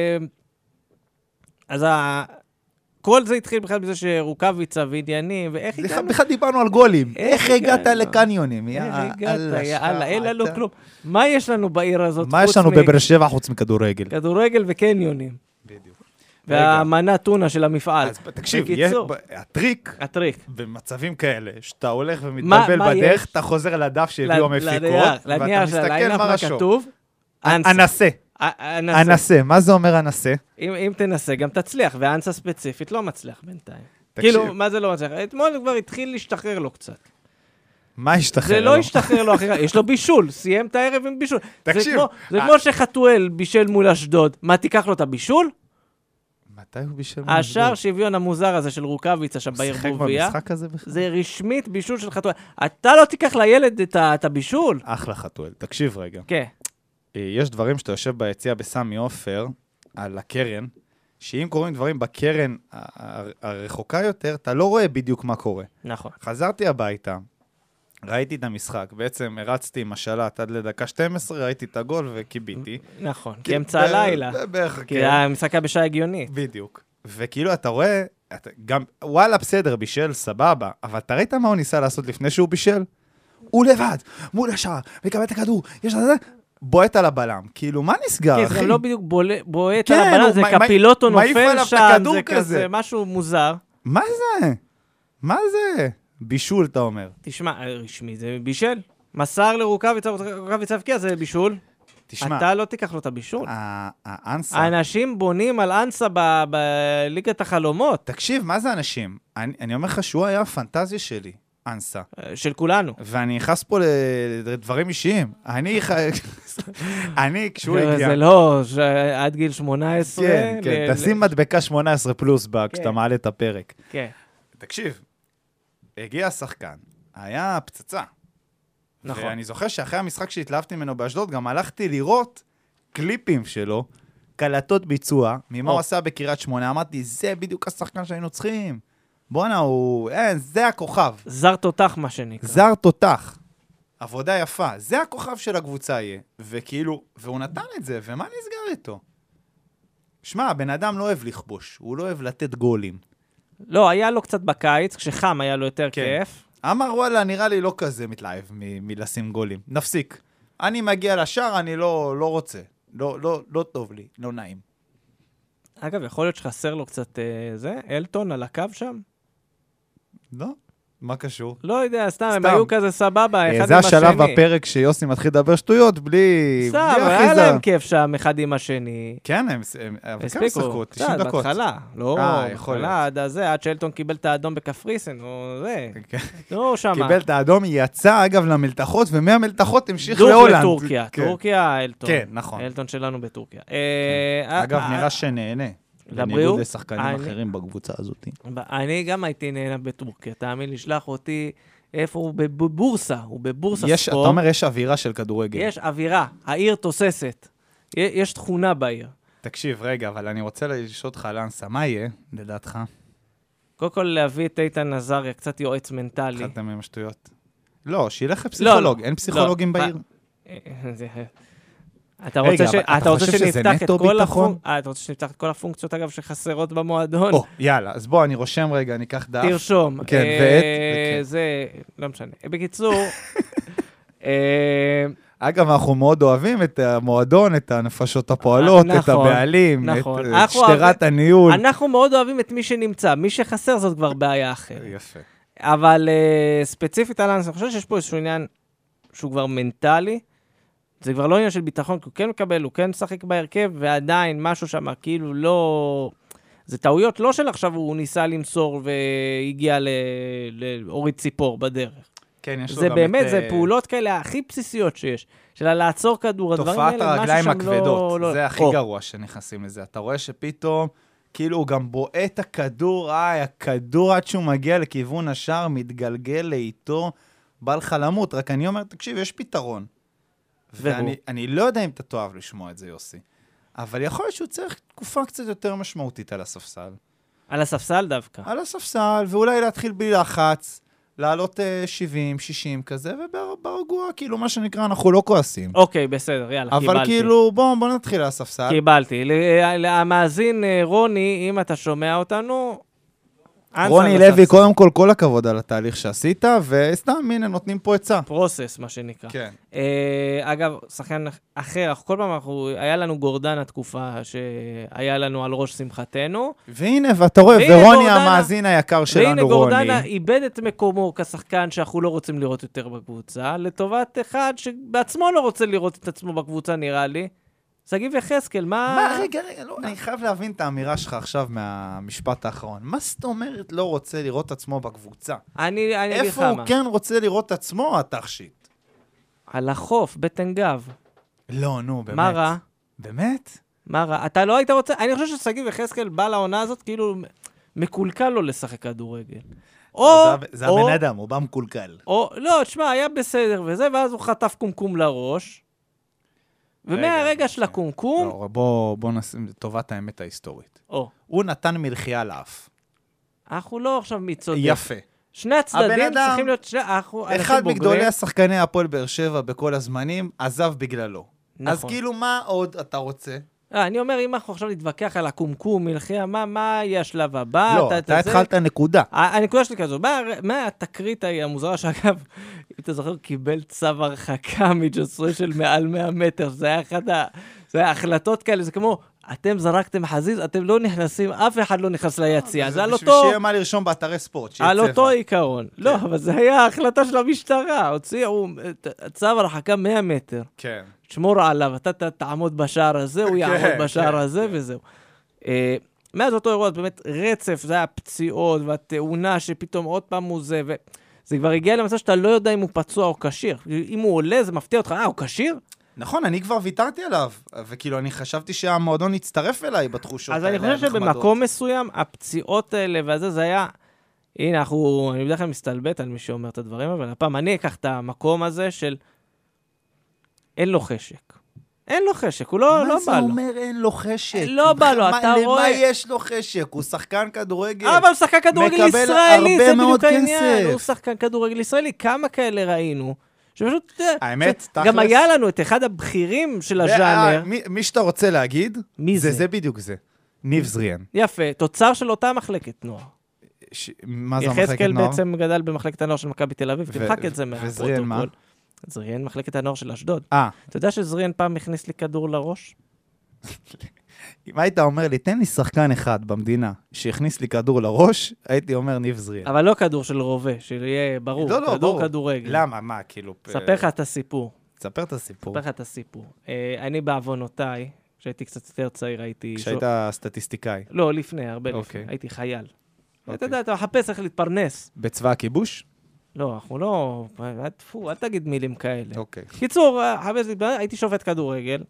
אז כל זה התחיל בכלל בזה שרוקביצה ועניינים, ואיך הגענו? בכלל דיברנו על גולים. איך הגעת לקניונים? איך הגעת? יאללה, אין לנו כלום. מה יש לנו בעיר הזאת? מה יש לנו בבאר שבע חוץ מכדורגל? כדורגל וקניונים. בדיוק. והמנה טונה של המפעל. אז תקשיב, הטריק, במצבים כאלה, שאתה הולך ומתבלבל בדרך, אתה חוזר לדף שהביאו המפיקות, ואתה מסתכל מה רשום. אנסה. אנסה, מה זה אומר אנסה? אם תנסה, גם תצליח, והאנסה ספציפית לא מצליח בינתיים. כאילו, מה זה לא מצליח? אתמול כבר התחיל להשתחרר לו קצת. מה השתחרר זה לא השתחרר לו, יש לו בישול, סיים את הערב עם בישול. תקשיב. זה כמו שחתואל בישל מול אשדוד. מה, תיקח לו את הבישול? מתי הוא בישל מול אשדוד? השער שוויון המוזר הזה של רוקאביצה שם בערבוביה. במשחק הזה בכלל? זה רשמית בישול של חתואל. אתה לא תיקח לילד את הבישול? אחלה חתואל. תקשיב רגע. כן. יש דברים שאתה יושב ביציאה בסמי עופר, על הקרן, שאם קוראים דברים בקרן הרחוקה יותר, אתה לא רואה בדיוק מה קורה. נכון. חזרתי הביתה, ראיתי את המשחק, בעצם הרצתי עם השלט עד לדקה 12, ראיתי את הגול וקיביתי. נכון, כי אמצע הלילה. בערך, כי המשחק היה בשעה הגיונית. בדיוק. וכאילו אתה רואה, גם, וואלה בסדר, בישל, סבבה, אבל אתה ראית מה הוא ניסה לעשות לפני שהוא בישל? הוא לבד, מול השער, מקבל את הכדור, יש לזה, בועט על הבלם. כאילו, מה נסגר, אחי? כן, זה גם לא בדיוק בועט על הבלם, זה כפילוטו נופל שם, זה כזה משהו מוזר. מה זה? מה זה? בישול, אתה אומר. תשמע, רשמי, זה בישל. מסר לרוקאביצה, רוקאביצה הבקיע, זה בישול. תשמע. אתה לא תיקח לו את הבישול. האנסה. האנשים בונים על אנסה בליגת החלומות. תקשיב, מה זה אנשים? אני אומר לך שהוא היה הפנטזיה שלי, אנסה. של כולנו. ואני נכנס פה לדברים אישיים. אני, כשהוא הגיע... זה לא, עד גיל 18... כן, כן, תשים מדבקה 18 פלוס כשאתה מעלה את הפרק. כן. תקשיב, הגיע השחקן, היה פצצה. נכון. ואני זוכר שאחרי המשחק שהתלהבתי ממנו באשדוד, גם הלכתי לראות קליפים שלו, קלטות ביצוע, ממה הוא עשה בקריית שמונה, אמרתי, זה בדיוק השחקן שהיינו צריכים. בואנה, זה הכוכב. זר תותח, מה שנקרא. זר תותח. עבודה יפה. זה הכוכב של הקבוצה יהיה. וכאילו, והוא נתן את זה, ומה נסגר איתו? שמע, הבן אדם לא אוהב לכבוש, הוא לא אוהב לתת גולים. לא, היה לו קצת בקיץ, כשחם היה לו יותר כיף. אמר, וואלה, נראה לי לא כזה מתלהב מלשים גולים. נפסיק. אני מגיע לשער, אני לא רוצה. לא טוב לי, לא נעים. אגב, יכול להיות שחסר לו קצת אלטון על הקו שם? לא. מה קשור? לא יודע, סתם, הם היו כזה סבבה, אחד עם השני. זה השלב בפרק שיוסי מתחיל לדבר שטויות, בלי סתם, היה להם כיף שם, אחד עם השני. כן, הם כמה שחקו, 90 דקות. בהתחלה, לא, בהתחלה, עד שאלטון קיבל את האדום בקפריסין, או זה, לא שמה. קיבל את האדום, יצא אגב למלתחות, ומהמלתחות המשיך להולנד. דוך לטורקיה, טורקיה, אלטון. כן, נכון. אלטון שלנו בטורקיה. אגב, נראה שנהנה. בניגוד לשחקנים אחרים בקבוצה הזאת. אני גם הייתי נהנה בטורקיה, תאמין לי, שלח אותי, איפה הוא? בבורסה, הוא בבורסה ספורט. אתה אומר, יש אווירה של כדורגל. יש אווירה, העיר תוססת, יש תכונה בעיר. תקשיב, רגע, אבל אני רוצה לשאול אותך על אנסה, מה יהיה, לדעתך? קודם כל להביא את איתן נזריה, קצת יועץ מנטלי. חתם עם השטויות. לא, שילך לפסיכולוג, אין פסיכולוגים בעיר. אתה רוצה שנפתח את כל הפונקציות, אגב, שחסרות במועדון? יאללה, אז בוא, אני רושם רגע, אני אקח דף. תרשום. כן, ואת. זה, לא משנה. בקיצור, אגב, אנחנו מאוד אוהבים את המועדון, את הנפשות הפועלות, את הבעלים, את שטרת הניהול. אנחנו מאוד אוהבים את מי שנמצא. מי שחסר זאת כבר בעיה אחרת. יפה. אבל ספציפית על אנס, אני חושב שיש פה איזשהו עניין שהוא כבר מנטלי, זה כבר לא עניין של ביטחון, כי הוא כן מקבל, הוא כן משחק בהרכב, ועדיין משהו שם כאילו לא... זה טעויות לא של עכשיו הוא ניסה למסור והגיע לאורית ציפור בדרך. כן, יש לו זה גם באמת, זה פעולות כאלה הכי בסיסיות שיש, של לעצור כדור, הדברים האלה, תופעת הרגליים הכבדות, זה הכי גרוע שנכנסים לזה. אתה רואה שפתאום, כאילו הוא גם בועט הכדור, הכדור עד שהוא מגיע לכיוון השער, מתגלגל לאיתו, בא לך למות, רק אני אומר, תקשיב, יש פתרון. ואני לא יודע אם אתה תאהב לשמוע את זה, יוסי. אבל יכול להיות שהוא צריך תקופה קצת יותר משמעותית על הספסל. על הספסל דווקא. על הספסל, ואולי להתחיל בלי לחץ, לעלות 70, 60 כזה, וברגוע, כאילו מה שנקרא, אנחנו לא כועסים. אוקיי, בסדר, יאללה, קיבלתי. אבל כאילו, בוא נתחיל על הספסל. קיבלתי. המאזין רוני, אם אתה שומע אותנו... רוני לוי, קודם כל הכבוד על התהליך שעשית, וסתם, הנה, נותנים פה עצה. פרוסס, מה שנקרא. כן. אגב, שחקן אחר, כל פעם היה לנו גורדן התקופה שהיה לנו על ראש שמחתנו. והנה, ואתה רואה, ורוני המאזין היקר שלנו, רוני. והנה, גורדן איבד את מקומו כשחקן שאנחנו לא רוצים לראות יותר בקבוצה, לטובת אחד שבעצמו לא רוצה לראות את עצמו בקבוצה, נראה לי. שגיב יחזקאל, מה... רגע, לא, אני חייב להבין את האמירה שלך עכשיו מהמשפט האחרון. מה זאת אומרת לא רוצה לראות עצמו בקבוצה? איפה הוא כן רוצה לראות עצמו, התכשיט? על החוף, בטן גב. לא, נו, באמת. מה רע? באמת? מה רע? אתה לא היית רוצה... אני חושב ששגיב יחזקאל בא לעונה הזאת, כאילו מקולקל לו לשחק כדורגל. זה הבן אדם, הוא בא מקולקל. לא, תשמע, היה בסדר וזה, ואז הוא חטף קומקום לראש. ומהרגע של הקומקום... לא, בוא נשים טובת האמת ההיסטורית. הוא נתן מלחייה לאף. אנחנו לא עכשיו מצודק. יפה. שני הצדדים צריכים להיות... אחד מגדולי השחקני הפועל באר שבע בכל הזמנים, עזב בגללו. אז כאילו מה עוד אתה רוצה? אני אומר, אם אנחנו עכשיו נתווכח על הקומקום, מלחייה, מה יהיה השלב הבא? לא, אתה התחלת נקודה. הנקודה שלי כזו, מה התקרית המוזרה שאגב, אם אתה זוכר, קיבל צו הרחקה מג'וסוי של מעל 100 מטר, זה היה זה היה החלטות כאלה, זה כמו, אתם זרקתם חזיז, אתם לא נכנסים, אף אחד לא נכנס ליציאה, זה על אותו... בשביל שיהיה מה לרשום באתרי ספורט, על אותו עיקרון. לא, אבל זה היה החלטה של המשטרה, הוציאו צו הרחקה 100 מטר. כן. שמור עליו, אתה תעמוד בשער הזה, הוא יעמוד בשער הזה וזהו. מאז אותו אירוע, באמת רצף, זה היה פציעות והתאונה שפתאום עוד פעם הוא זה, וזה כבר הגיע למצב שאתה לא יודע אם הוא פצוע או קשיר. אם הוא עולה, זה מפתיע אותך, הוא קשיר? נכון, אני כבר ויתרתי עליו, וכאילו אני חשבתי שהמועדון יצטרף אליי בתחושות האלה. אז אני חושב שבמקום מסוים, הפציעות האלה וזה, זה היה, הנה, אני בדרך כלל מסתלבט על מי שאומר את הדברים, אבל הפעם אני אקח את המקום הזה של אין לו חשק. אין לו חשק, הוא לא בא לו. מה זה אומר אין לו חשק? לא בא לו, אתה רואה... למה יש לו חשק? הוא שחקן כדורגל. אבל הוא שחקן כדורגל ישראלי, זה בדיוק העניין. הוא שחקן כדורגל ישראלי. כמה כאלה ראינו? שפשוט... האמת, תכלס... גם היה לנו את אחד הבכירים של הז'אנר. מי שאתה רוצה להגיד, מי זה? זה בדיוק זה. ניב זריאן. יפה, תוצר של אותה מחלקת נוער. מה זה המחלקת נוער? יחזקאל בעצם גדל במחלקת הנוער של מכבי תל אביב, תמחק את זה וזריאן מה? זריאן מחלקת הנוער של אשדוד. אתה יודע שזריאן פעם הכניס לי כדור לראש? אם היית אומר לי, תן לי שחקן אחד במדינה שהכניס לי כדור לראש, הייתי אומר ניב זריאן. אבל לא כדור של רובה, שיהיה ברור. לא, כדור כדורגל. למה? מה? כאילו... ספר לך את הסיפור. ספר את הסיפור. ספר לך את הסיפור. אני בעוונותיי, כשהייתי קצת יותר צעיר, הייתי... כשהיית סטטיסטיקאי. לא, לפני, הרבה לפני. הייתי חייל. אתה יודע, אתה מחפש איך להתפרנס. בצבא הכיבוש? לא, אנחנו לא... אל תגיד מילים כאלה. אוקיי. קיצור, הייתי שופט כדורגל.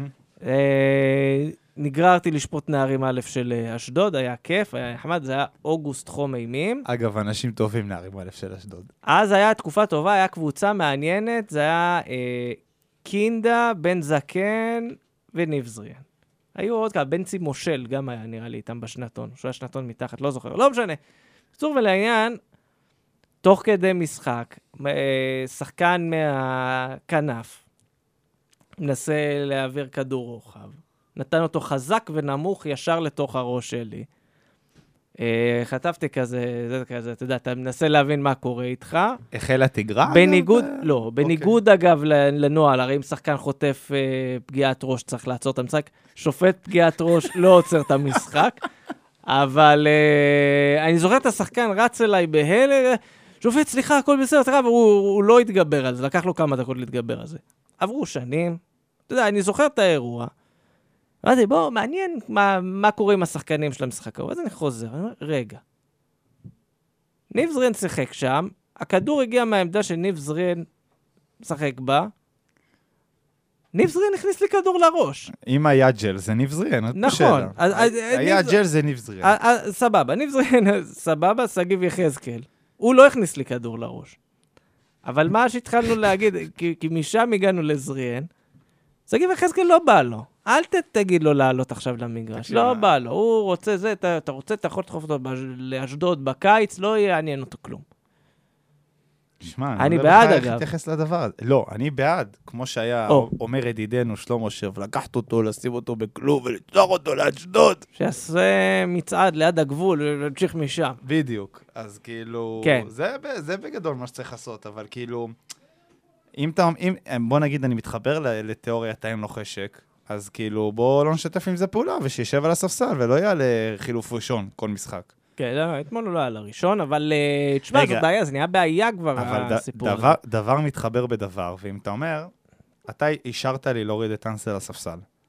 נגררתי לשפוט נערים א' של אשדוד, היה כיף, היה נחמד, זה היה אוגוסט חום אימים. אגב, אנשים טובים נערים א' של אשדוד. אז היה תקופה טובה, היה קבוצה מעניינת, זה היה קינדה, בן זקן וניב זריאן. היו עוד כמה, בן צי מושל גם היה נראה לי איתם בשנתון, שהוא היה שנתון מתחת, לא זוכר, לא משנה. בצור ולעניין, תוך כדי משחק, שחקן מהכנף, מנסה להעביר כדור רוחב. נתן אותו חזק ונמוך ישר לתוך הראש שלי. חטפתי כזה, אתה יודע, אתה מנסה להבין מה קורה איתך. החלה תגרה? בניגוד, לא, בניגוד אגב לנועל, הרי אם שחקן חוטף פגיעת ראש, צריך לעצור את המשחק. שופט פגיעת ראש לא עוצר את המשחק. אבל אני זוכר את השחקן רץ אליי בהלר, שופט, סליחה, הכל בסדר, והוא לא התגבר על זה, לקח לו כמה דקות להתגבר על זה. עברו שנים, אתה יודע, אני זוכר את האירוע, אמרתי, בוא, מעניין מה קורה עם השחקנים של המשחק ההוא, אז אני חוזר, אני אומר, רגע, ניב זריאן שיחק שם, הכדור הגיע מהעמדה שניב זריאן משחק בה, ניב זריאן הכניס לי כדור לראש. אם היה ג'ל, זה ניב זריאן, נכון. היה ג'ל, זה ניב זריאן. סבבה, ניב זריאן, סבבה, שגיב יחזקאל. הוא לא הכניס לי כדור לראש. אבל מה שהתחלנו להגיד, כי משם הגענו לזריאן, שגיב יחזקאל לא בא לו. אל תגיד לו לעלות עכשיו למגרש. לא בא לו. הוא רוצה זה, אתה רוצה, אתה יכול לדחוף אותו לאשדוד בקיץ, לא יעניין אותו כלום. שמע, אני בעד אגב. איך להתייחס לדבר הזה. לא, אני בעד. כמו שהיה אומר ידידנו שלמה שב, לקחת אותו, לשים אותו בכלוב ולצלוח אותו לאשדוד. שיעשה מצעד ליד הגבול ולהמשיך משם. בדיוק. אז כאילו, כן. זה בגדול מה שצריך לעשות, אבל כאילו, בוא נגיד אני מתחבר לתיאוריית אין לו חשק, אז כאילו בוא לא נשתף עם זה פעולה, ושישב על הספסל ולא יהיה לחילוף ראשון כל משחק. כן, אתמול הוא לא היה לראשון, אבל תשמע, זאת בעיה, זה נהיה בעיה כבר הסיפור הזה. אבל דבר מתחבר בדבר, ואם אתה אומר, אתה אישרת לי להוריד את אנסל לספסל,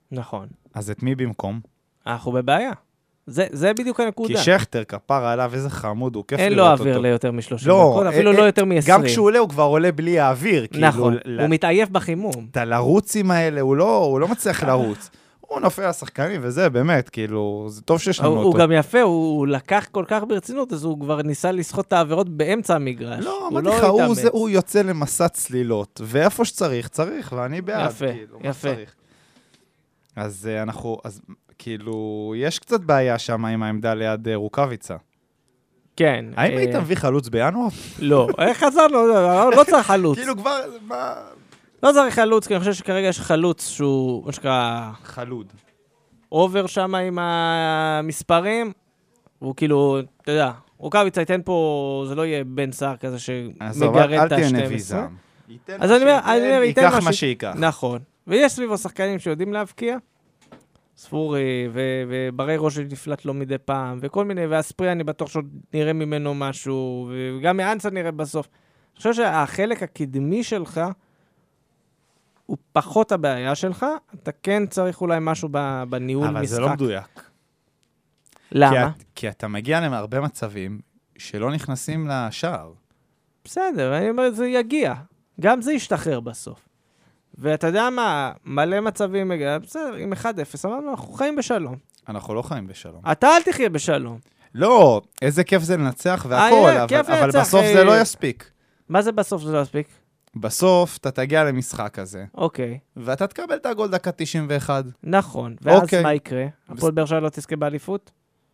נכון. אז את מי במקום? אנחנו בבעיה. זה בדיוק הנקודה. כי שכטר, כפר עליו, איזה חמוד, הוא כיף אין לראות אותו. לו אוויר ליותר מ-30 דקות, אפילו לא יותר מ-20. גם כשהוא עולה, הוא כבר עולה בלי האוויר. נכון, הוא מתעייף בחימום. את הלרוצים האלה, הוא לא מצליח לרוץ. הוא נופל לשחקנים, וזה באמת, כאילו, זה טוב שיש לנו אותו. הוא גם יפה, הוא לקח כל כך ברצינות, אז הוא כבר ניסה לסחוט את העבירות באמצע המגרש. לא, אמרתי לך, הוא יוצא למסע צלילות, ואיפה שצריך, צריך, ואני בעד. יפה. אז כאילו, יש קצת בעיה שם עם העמדה ליד רוקביצה. כן. האם היית מביא חלוץ בינואר? לא, חזרנו, לא צריך חלוץ. כאילו כבר, מה... לא צריך חלוץ, כי אני חושב שכרגע יש חלוץ שהוא, מה שקרה... חלוד. אובר שם עם המספרים, והוא כאילו, אתה יודע, רוקביצה ייתן פה, זה לא יהיה בן סער כזה שמגרד את ה-12. אל תהיה נביא זעם. אז אני אומר, ייקח מה שייקח. נכון. ויש סביבו שחקנים שיודעים להבקיע, ספורי, ובריירו שנפלט לו מדי פעם, וכל מיני, והספרי אני בטוח שעוד נראה ממנו משהו, וגם מאנסה נראה בסוף. אני חושב שהחלק הקדמי שלך, הוא פחות הבעיה שלך, אתה כן צריך אולי משהו בניהול משחק. אבל זה לא מדויק. למה? כי אתה מגיע להרבה מצבים שלא נכנסים לשער. בסדר, אני אומר, זה יגיע. גם זה ישתחרר בסוף. ואתה יודע מה, מלא מצבים מגיע, בסדר, עם 1-0, אמרנו, אנחנו חיים בשלום. אנחנו לא חיים בשלום. אתה אל תחיה בשלום. לא, איזה כיף זה לנצח והכל, אבל בסוף זה לא יספיק. מה זה בסוף זה לא יספיק? בסוף אתה תגיע למשחק הזה. אוקיי. ואתה תקבל את הגול דקה 91. נכון. ואז מה יקרה? הפועל באר שבע לא תזכה באליפות?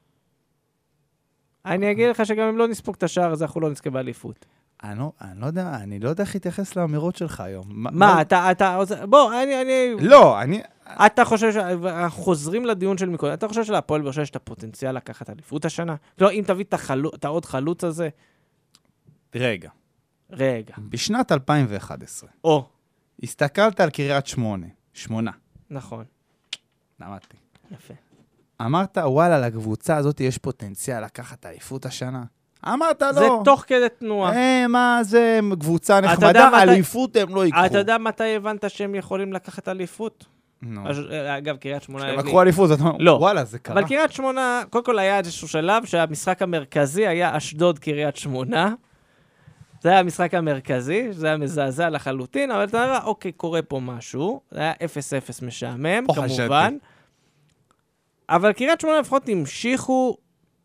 אני אגיד לך שגם אם לא נספוג את השער הזה, אנחנו לא נזכה באליפות. אני לא יודע איך להתייחס לאמירות שלך היום. מה, אתה... בוא, לא, אתה חושב אנחנו חוזרים לדיון של מקודם, אתה חושב שלהפועל באר שבע יש את הפוטנציאל לקחת אליפות השנה? לא, אם תביא את העוד חלוץ הזה... רגע. בשנת 2011. הסתכלת על קריית 8. נכון. למדתי. יפה. אמרת, וואלה, לקבוצה הזאת יש פוטנציאל לקחת אליפות השנה. אמרת לא. זה תוך כדי תנועה. מה זה קבוצה נחמדה, אליפות הם לא יקחו. אתה יודע מתי הבנת שהם יכולים לקחת אליפות? אגב, קריית 8... הם לקחו אליפות, אתה אומר, וואלה, זה קרה. אבל קריית 8, קודם כל היה איזשהו שלב שהמשחק המרכזי היה אשדוד קריית 8. זה היה המשחק המרכזי, זה היה מזעזע לחלוטין, אבל אתה אומר, אוקיי, קורה פה משהו. זה היה 0-0 משעמם, כמובן. אבל קריית 8 לפחות המשיכו,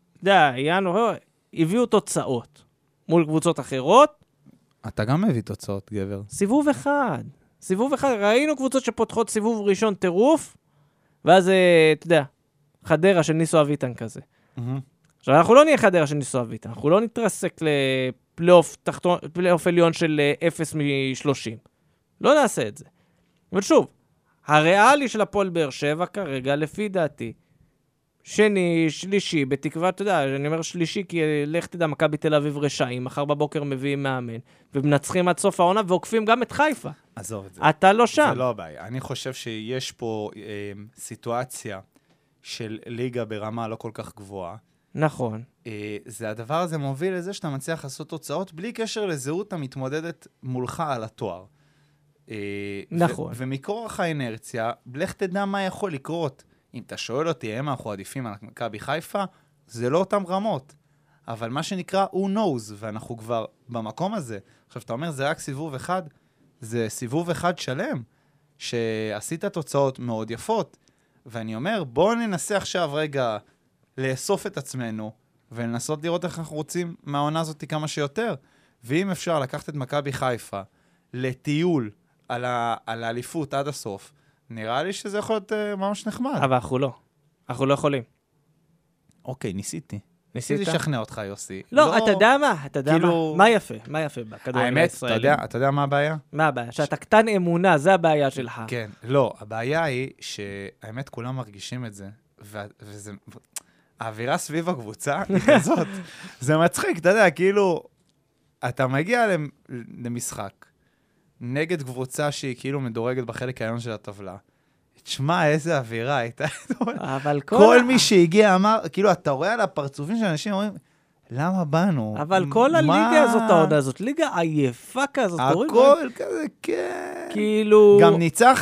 הביאו תוצאות מול קבוצות אחרות. אתה גם מביא תוצאות, גבר. סיבוב אחד. ראינו קבוצות שפותחות סיבוב ראשון טירוף, ואז, אתה יודע, חדרה של ניסו אביטן כזה. עכשיו, אנחנו לא נהיה חדרה של ניסו אביטן, אנחנו לא נתרסק לפלייאוף עליון של 0 מ-30. לא נעשה את זה. אבל שוב, הריאלי של הפועל באר שבע כרגע, לפי דעתי, שני, שלישי, בתקווה, אתה יודע, אני אומר שלישי, כי לך תדע, מכבי תל אביב רשעים, מחר בבוקר מביאים מאמן, ומנצחים עד סוף העונה, ועוקפים גם את חיפה. עזוב את זה. אתה לא שם. זה לא הבעיה. אני חושב שיש פה סיטואציה של ליגה ברמה לא כל כך גבוהה. נכון. זה הדבר הזה מוביל לזה שאתה מצליח לעשות תוצאות, בלי קשר לזהות המתמודדת מולך על התואר. נכון. ומכורח האינרציה, לך תדע מה יכול לקרות. אם אתה שואל אותי, הם אנחנו עדיפים על מכבי חיפה, זה לא אותם רמות. אבל מה שנקרא, who knows, ואנחנו כבר במקום הזה. עכשיו, אתה אומר, זה רק סיבוב אחד, זה סיבוב אחד שלם, שעשית תוצאות מאוד יפות. ואני אומר, בואו ננסה עכשיו רגע לאסוף את עצמנו, ולנסות לראות איך אנחנו רוצים מהעונה הזאת כמה שיותר. ואם אפשר לקחת את מכבי חיפה לטיול על האליפות עד הסוף, נראה לי שזה יכול להיות ממש נחמד. אבל אנחנו לא יכולים. אוקיי, ניסיתי לשכנע אותך, יוסי. לא, אתה יודע מה? מה יפה? מה יפה בכדורגל הישראלי? האמת, אתה יודע מה הבעיה? מה הבעיה? שאתה קטן אמונה, זה הבעיה שלך. כן, לא, הבעיה היא שהאמת כולם מרגישים את זה, וזה... האווירה סביב הקבוצה היא כזאת. זה מצחיק, אתה יודע, כאילו, אתה מגיע למשחק, נגד קבוצה שהיא כאילו מדורגת בחלק העליון של הטבלה. תשמע, איזה אווירה הייתה. אבל כל מי שהגיע אמר, כאילו, אתה רואה על הפרצופים של אנשים, אומרים, למה באנו? אבל כל הליגה הזאת, העונה הזאת, ליגה עייפה כזאת. הכל כזה, כן. כאילו... גם ניצחת,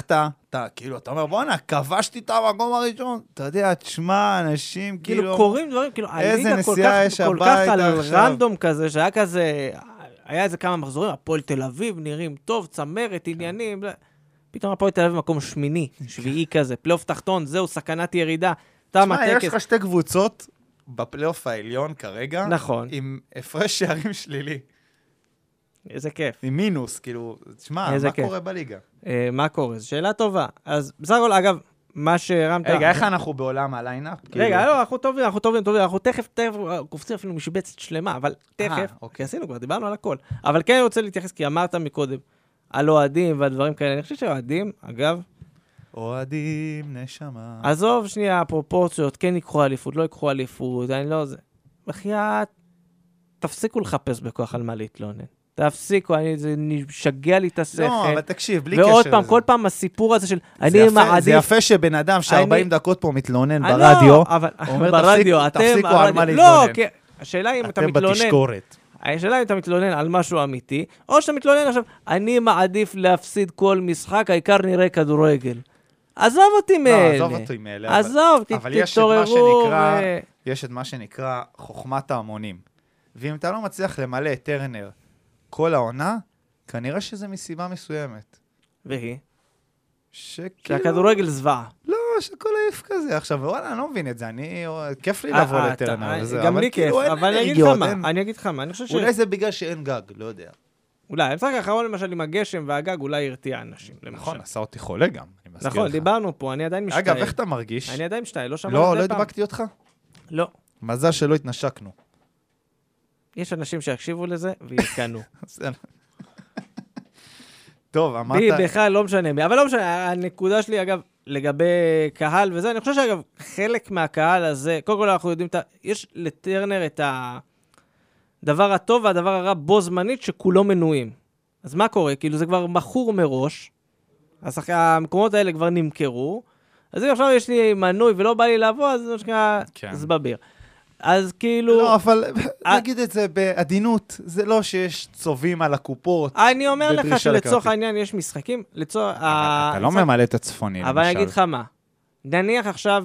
אתה אומר, בוא'נה, כבשתי את המקום הראשון. אתה יודע, תשמע, אנשים כאילו... קוראים דברים, כאילו, איזה נסיעה יש כל כך על עכשיו. רנדום כזה, שהיה כזה, היה איזה כמה מחזורים, הפועל תל אביב נראים טוב, צמרת, עניינים, פתאום הפועל תל אביב מקום שמיני, שביעי כזה, פלייאוף תחתון, זהו, סכנת ירידה. תשמע, יש לך שתי קבוצות בפלייאוף העליון כרגע, נכון. עם הפרש שערים שלילי. איזה כיף. עם מינוס, כאילו, תשמע, מה קורה בליגה? מה קורה? זו שאלה טובה. אז בסך הכל, אגב, מה שהרמת... רגע, איך אנחנו בעולם הליינאפ? רגע, לא, אנחנו טובים, אנחנו תכף קופצים אפילו משבצת שלמה, אבל תכף, כי עשינו כבר, דיברנו על הכל. אבל כן אני רוצה להתייחס, כי אמרת מקודם, על אוהדים והדברים כאלה. אני חושב שאוהדים, אגב... אוהדים, נשמה. עזוב שנייה, הפרופורציות, כן יקחו אליפות, לא יקחו אליפות, אני לא... בחייאת, תפסיקו לחפש בכוח על מה להתלונן. תפסיקו, זה משגע לי את השכל. לא, אבל תקשיב, בלי קשר. ועוד פעם, כל פעם הסיפור הזה של... זה יפה שבן אדם ש40 דקות פה מתלונן ברדיו, אומר תפסיקו על מה להתלונן. לא, השאלה אם אתה מתלונן. אתם בתשקורת. השאלה אם אתה מתלונן על משהו אמיתי, או שאתה מתלונן עכשיו, אני מעדיף להפסיד כל משחק, העיקר נראה כדורגל. עזוב אותי מאלה. לא, עזוב אותי מאלה. עזוב, תתעוררו. יש את מה שנקרא חוכמת ההמונים. ואם אתה לא מצליח למלא את טרנר כל העונה, כנראה שזה מסיבה מסוימת. והיא? שהכדורגל זוועה. לא, שכל העיף כזה. עכשיו, וואלה, אני לא מבין את זה. כיף לי לבוא לטרנר. גם לי כיף, אבל אני אגיד לך מה. אולי זה בגלל שאין גג, לא יודע. אולי, המשחק האחרון למשל עם הגשם והגג אולי הרתיע אנשים. נכון, עשה אותי חולה גם. נכון, דיברנו פה, אני עדיין משתעל. אגב, איך אתה מרגיש? אני עדיין משתעל, לא שמעתי את זה פעם. לא הדבקתי אותך? לא. מזל שלא התנשקנו. יש אנשים שיקשיבו לזה ויקנו. טוב, אמרת... בכלל לא משנה מי, אבל לא משנה, הנקודה שלי אגב, לגבי קהל וזה, אני חושב שאגב, חלק מהקהל הזה, קודם כל אנחנו יודעים, יש לטרנר את הדבר הטוב והדבר הרע בו זמנית שכולו מנויים. אז מה קורה? כאילו זה כבר מכור מראש, אז המקומות האלה כבר נמכרו, אז אם עכשיו יש לי מנוי ולא בא לי לבוא, אז זה משקע זבביר. אז כאילו... לא, אבל נגיד את זה בעדינות, זה לא שיש צובים על הקופות. אני אומר לך שלצורך העניין יש משחקים, אתה לא ממלא את הצפוני, למשל. אבל אני אגיד לך מה, נניח עכשיו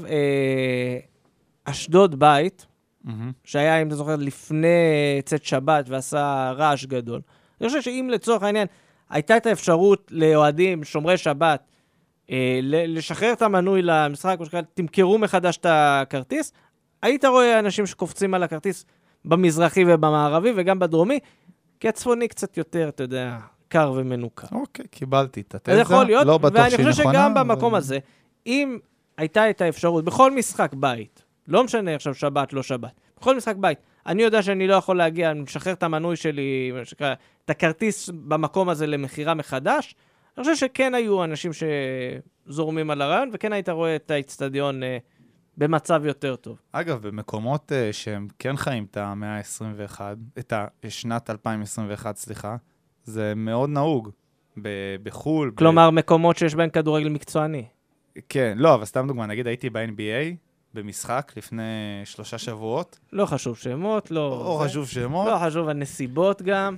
אשדוד בית, שהיה, אם אתה זוכר, לפני צאת שבת ועשה רעש גדול. אני חושב שאם לצורך העניין הייתה את האפשרות לאוהדים, שומרי שבת, לשחרר את המנוי למשחק, תמכרו מחדש את הכרטיס, היית רואה אנשים שקופצים על הכרטיס במזרחי ובמערבי וגם בדרומי, כי הצפוני קצת יותר, אתה יודע, קר ומנוקר. אוקיי, קיבלתי את התזה. זה יכול להיות, לא בטוח שהיא נכונה. ואני חושב שגם במקום הזה, אם הייתה את האפשרות, בכל משחק בית, לא משנה עכשיו שבת, לא שבת, בכל משחק בית, אני יודע שאני לא יכול להגיע, אני משחרר את המנוי שלי, את הכרטיס במקום הזה למחירה מחדש, אני חושב שכן היו אנשים שזורמים על הרעיון, וכן היית רואה את האצטדיון במצב יותר טוב. אגב, במקומות שהם כן חיים את המאה ה-21, את שנת 2021, סליחה, זה מאוד נהוג. בחול. כלומר, מקומות שיש בהם כדורגל מקצועני. כן, לא, אבל סתם דוגמה, נגיד הייתי ב-NBA, במשחק לפני 3 שבועות. לא חשוב שמות, לא חשוב שמות. לא חשוב הנסיבות גם.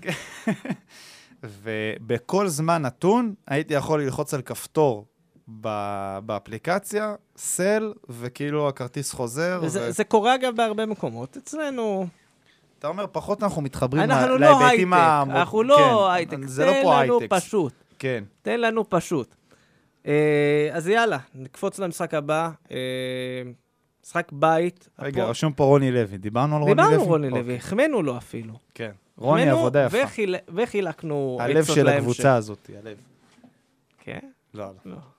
ובכל זמן נתון, הייתי יכול ללחוץ על כפתור באפליקציה, סל, וכאילו הכרטיס חוזר. זה קורה אגב בהרבה מקומות. אצלנו... אתה אומר, פחות אנחנו מתחברים להיבטים אנחנו לא הייטק. זה לא פה הייטק. תן לנו פשוט. כן. תן לנו פשוט. אז יאללה, נקפוץ למשחק הבא. משחק בית. רגע, רשום פה רוני לוי. דיברנו על רוני לוי? דיברנו רוני לוי, החמנו לו אפילו. כן. רוני עבודה יפה. וחילקנו... הלב של הקבוצה הזאת, הלב. כן? לא.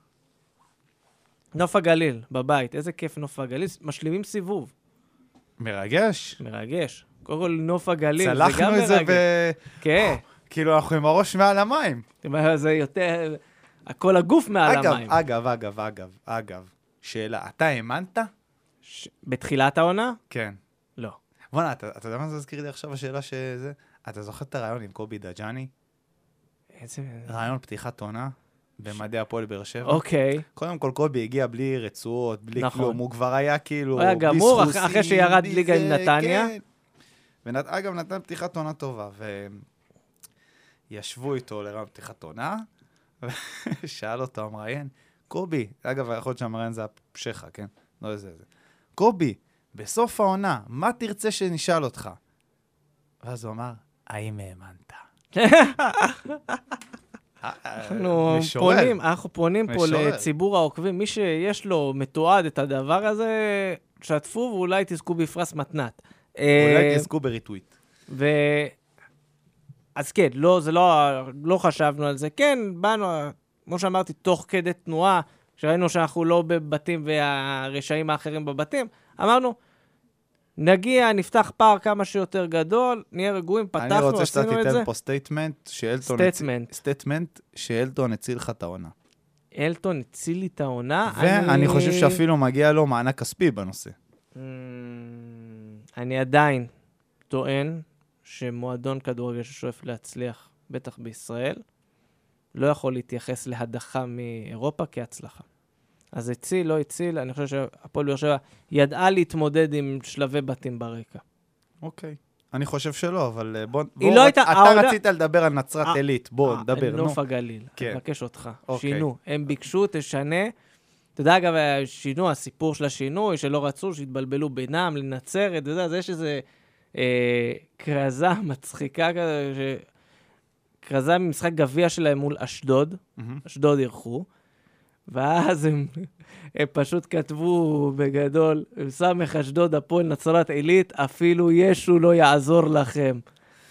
נוף הגליל, בבית. איזה כיף נוף הגליל. משלימים סיבוב. מרגש. קודם כל נוף הגליל, זה גם מרגש. צלחנו את זה כן. כאילו אנחנו עם הראש מעל המים. זה יותר... הכל הגוף מעל המים. אגב, שאלה, אתה האמנת? בתחילת העונה? כן. לא. בוא'נה, אתה יודע מה זה הזכיר לי עכשיו השאלה שזה? אתה זוכר את הרעיון עם קובי דג'אני? איזה... רעיון פתיחת עונה במדעי הפועל באר שבע. אוקיי. קודם כל קובי הגיע בלי רצועות, בלי כלום, הוא כבר היה כאילו... הוא היה גמור אחרי שירד ליגה עם נתניה. אגב, נתן פתיחת עונה טובה, וישבו איתו לרעיון פתיחת עונה, ושאל אותו המראיין, קובי, אגב, יכול להיות שהמראיין זה הפשחה, כן? לא איזה. קובי, בסוף העונה, מה תרצה שנשאל אותך? ואז הוא אמר, האם האמנת? אנחנו פונים פה לציבור העוקבים, מי שיש לו מתועד את הדבר הזה, שתפו ואולי תזכו בפרס מתנת. אולי תזכו בריטוויט. אז כן, לא חשבנו על זה. כן, באנו, כמו שאמרתי, תוך כדי תנועה, כשראינו שאנחנו לא בבתים והרשעים האחרים בבתים, אמרנו, נגיע, נפתח פער כמה שיותר גדול, נהיה רגועים, פתחנו, עשינו את זה. אני רוצה שאתה תיתן פה סטייטמנט שאלטון הציל לך את העונה. אלטון הציל לי את העונה. ואני חושב שאפילו מגיע לו מענק כספי בנושא. אני עדיין טוען שמועדון כדורגל ששואף להצליח, בטח בישראל, לא יכול להתייחס להדחה מאירופה כהצלחה. אז הציל, לא הציל, אני חושב שהפועל באר שבע ידעה להתמודד עם שלבי בתים ברקע. אוקיי. אני חושב שלא, אבל בוא, אתה רצית לדבר על נצרת עילית, בוא, נדבר, נו. נוף הגליל, אני מבקש אותך. שינו, הם ביקשו, תשנה. אתה יודע, אגב, שינו, הסיפור של השינוי, שלא רצו, שהתבלבלו בינם, לנצרת, אז יש איזה קרזה מצחיקה כזה, קרזה ממשחק גביע שלהם מול אשדוד, אשדוד ירחו, ואז הם פשוט כתבו בגדול, סמך אשדוד הפועל נצרת עילית, אפילו ישו לא יעזור לכם.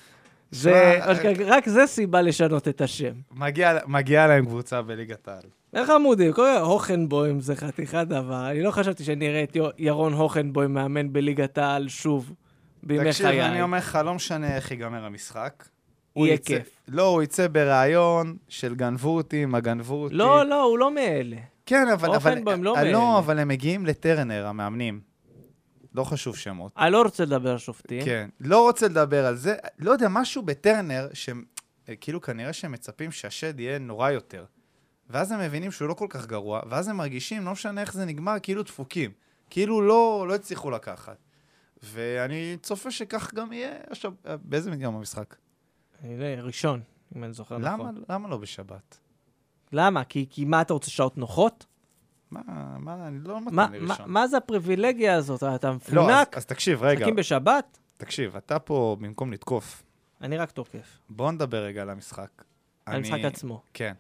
רק זה סיבה לשנות את השם. מגיע להם קבוצה בליגת העל. איך עמודי? הוכנבוים זה חתיכת דבר. אני לא חשבתי שאני אראה את ירון הוכנבוים מאמן בליגת העל שוב בימי חיי. תקשיב, אני אומר לך, לא משנה איך ייגמר המשחק. יהיה כיף. לא, הוא יצא ברעיון של גנבו אותי, מה גנבו אותי. לא, הוא לא מאלה. כן, אבל... הוכנבוים לא מאלה. לא, אבל הם מגיעים לטרנר, המאמנים. לא חשוב שמות. אני לא רוצה לדבר על שופטים. כן, לא רוצה לדבר על זה. לא יודע, משהו בטרנר, כאילו כנראה שהם מצפים שהשד יהיה נורא יותר. ואז הם מבינים שהוא לא כל כך גרוע, ואז הם מרגישים, לא משנה איך זה נגמר, כאילו דפוקים. כאילו לא הצליחו לקחת. ואני צופה שכך גם יהיה עכשיו, באיזה יום המשחק? ראשון, אם אני זוכר נכון. למה לא בשבת? למה? כי מה אתה רוצה, שעות נוחות? מה, אני לא מתן לי ראשון. מה זה הפריבילגיה הזאת? אתה מפונק? לא, אז תקשיב, רגע. משחקים בשבת? תקשיב, אתה פה במקום לתקוף. אני רק תוקף. בוא נדבר רגע על המשחק. על המשחק עצמו. כן.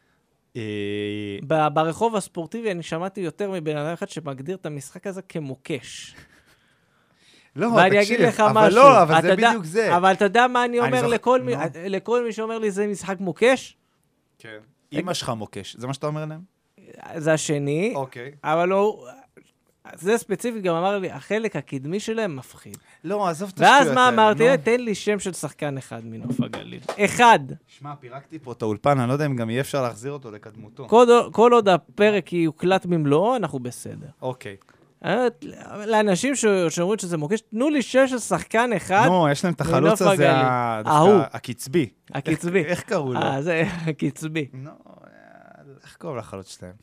ברחוב הספורטיבי אני שמעתי יותר מבן אדם אחד שמגדיר את המשחק הזה כמוקש. לא, ואני אגיד לך משהו. לא, אבל זה בדיוק זה. אבל אתה יודע מה אני אומר לכל מי שאומר לי זה משחק מוקש? כן. אמא שלך מוקש, זה מה שאתה אומר להם? זה השני. אוקיי. אבל הוא... זה ספציפית גם אמר לי, החלק הקדמי שלהם מפחיד. לא, עזוב את השטויות. ואז מה אמרתי? תן לי שם של שחקן אחד מנוף הגליל. אחד. שמע, פירקתי פה את האולפן, אני לא יודע אם גם יהיה אפשר להחזיר אותו לקדמותו. כל עוד הפרק יוקלט במלואו, אנחנו בסדר. אוקיי. לאנשים שאומרים שזה מוקש, תנו לי שם של שחקן אחד. נו, יש להם את החלוץ הזה, הקצבי. הקצבי. איך קראו לו? זה הקצבי. נו, איך קראו לחלוץ שלהם?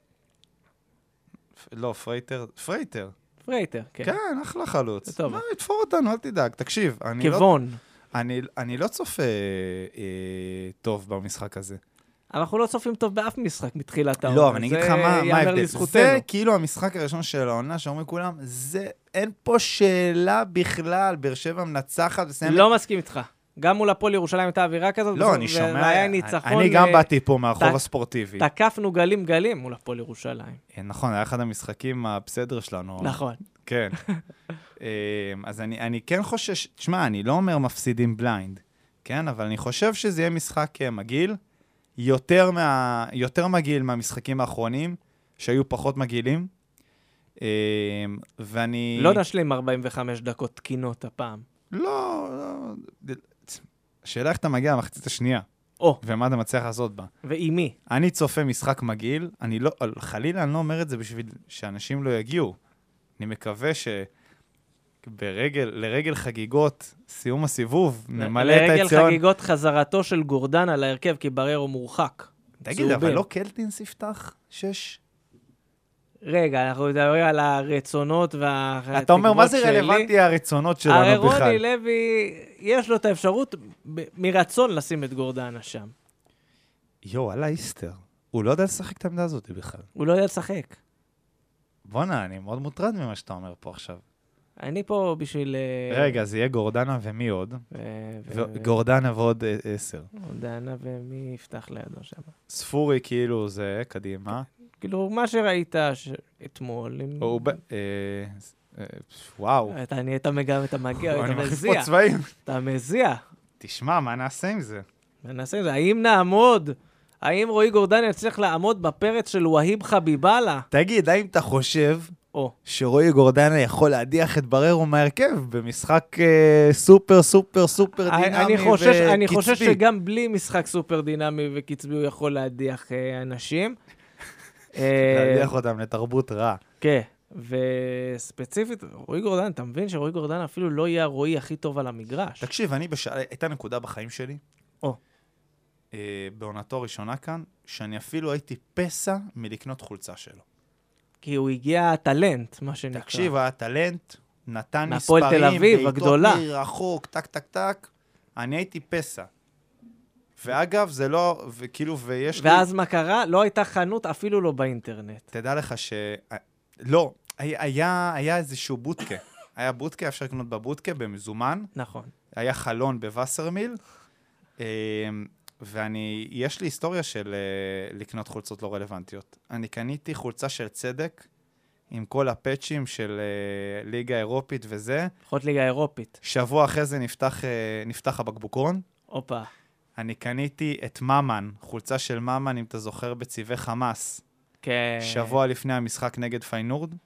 לא, פרייטר. פרייטר, כן. כן, אחלה חלוץ. זה טוב. מה, יתפור אותנו, אל תדאג. תקשיב, כבון. אני לא צופה טוב במשחק הזה. אנחנו לא צופים טוב באף משחק מתחילת העונה. לא, אבל אני אגיד לך מה ההבדל. זה כאילו המשחק הראשון של העונה, שאומרים כולם, אין פה שאלה בכלל, באר שבע מנצחת. לא מסכים איתך. גם מול הפועל ירושלים הייתה אווירה כזאת. לא, אני שומע, אני גם באתי פה מהרחוב הספורטיבי. תקפנו גלים מול הפועל ירושלים. נכון, היה אחד המשחקים הבסדר שלנו. נכון. כן. אז אני כן חושש, תשמע, אני לא אומר מפסידים בליינד, כן? אבל אני חושב שזה יהיה משחק מגעיל, יותר מגעיל מהמשחקים האחרונים, שהיו פחות מגעילים. ואני... לא נשלים 45 דקות תקינות הפעם. לא. השאלה איך אתה מגיע למחצית השנייה. ומה אתה מצליח לעשות בה. ועם מי? אני צופה משחק מגעיל, חלילה אני לא אומר את זה בשביל שאנשים לא יגיעו. אני מקווה לרגל חגיגות סיום הסיבוב, נמלא את היציון. לרגל חגיגות חזרתו של גורדן על ההרכב, כי בררו מורחק. תגיד, אבל לא קלטינס יפתח 6? רגע, אנחנו מדברים על הרצונות והתקוות שלי. אתה אומר, מה זה רלוונטי הרצונות שלנו בכלל? הרי רוני לוי, יש לו את האפשרות מרצון לשים את גורדנה שם. על האיסטר. הוא לא יודע לשחק את העמדה הזאת בכלל. הוא לא יודע לשחק. בונה, אני מאוד מוטרד ממה שאתה אומר פה עכשיו. אני פה בשביל... רגע, זה יהיה גורדנה ומי עוד? גורדנה ועוד 10. גורדנה ומי יפתח לידו שם. ספורי כאילו זה, קדימה. כאילו, מה שראית אתמול... וואו. אתה נהיית מגיע, אתה מזיע. אני מכניס פה צבעים. אתה מזיע. תשמע, מה נעשה עם זה? מה נעשה עם זה? האם נעמוד? האם רועי גורדנה יצליח לעמוד בפרץ של והיב חביבאללה? תגיד, האם אתה חושב שרועי גורדנה יכול להדיח את בררו מהרכב במשחק סופר סופר סופר דינמי וקצבי? אני חושב שגם בלי משחק סופר דינמי וקצבי הוא יכול להדיח אנשים. להדיח אותם לתרבות רע. כן, וספציפית, רועי גורדנה, אתה מבין שרועי גורדנה אפילו לא יהיה הרועי הכי טוב על המגרש. תקשיב, הייתה נקודה בחיים שלי, בעונתו הראשונה כאן, שאני אפילו הייתי פסע מלקנות חולצה שלו. כי הוא הגיע טלנט, מה שנקרא. תקשיב, היה טלנט, נתן מהפועל תל אביב, הגדולה. מרחוק, טק, טק, טק. אני הייתי פסע. ואגב, זה לא, וכאילו, ויש לי... ואז מה קרה? לא הייתה חנות, אפילו לא באינטרנט. תדע לך לא, היה איזשהו בוטקה. היה בוטקה, אפשר לקנות בבוטקה, במזומן. נכון. היה חלון בווסרמיל. יש לי היסטוריה של לקנות חולצות לא רלוונטיות. אני קניתי חולצה של צדק, עם כל הפאצ'ים של ליגה אירופית וזה. פחות ליגה אירופית. שבוע אחרי זה נפתח הבקבוקון. אופה. אני קניתי את ממן, חולצה של ממן, אם אתה זוכר, בצבעי חמאס. כן. שבוע לפני המשחק נגד פיינורד.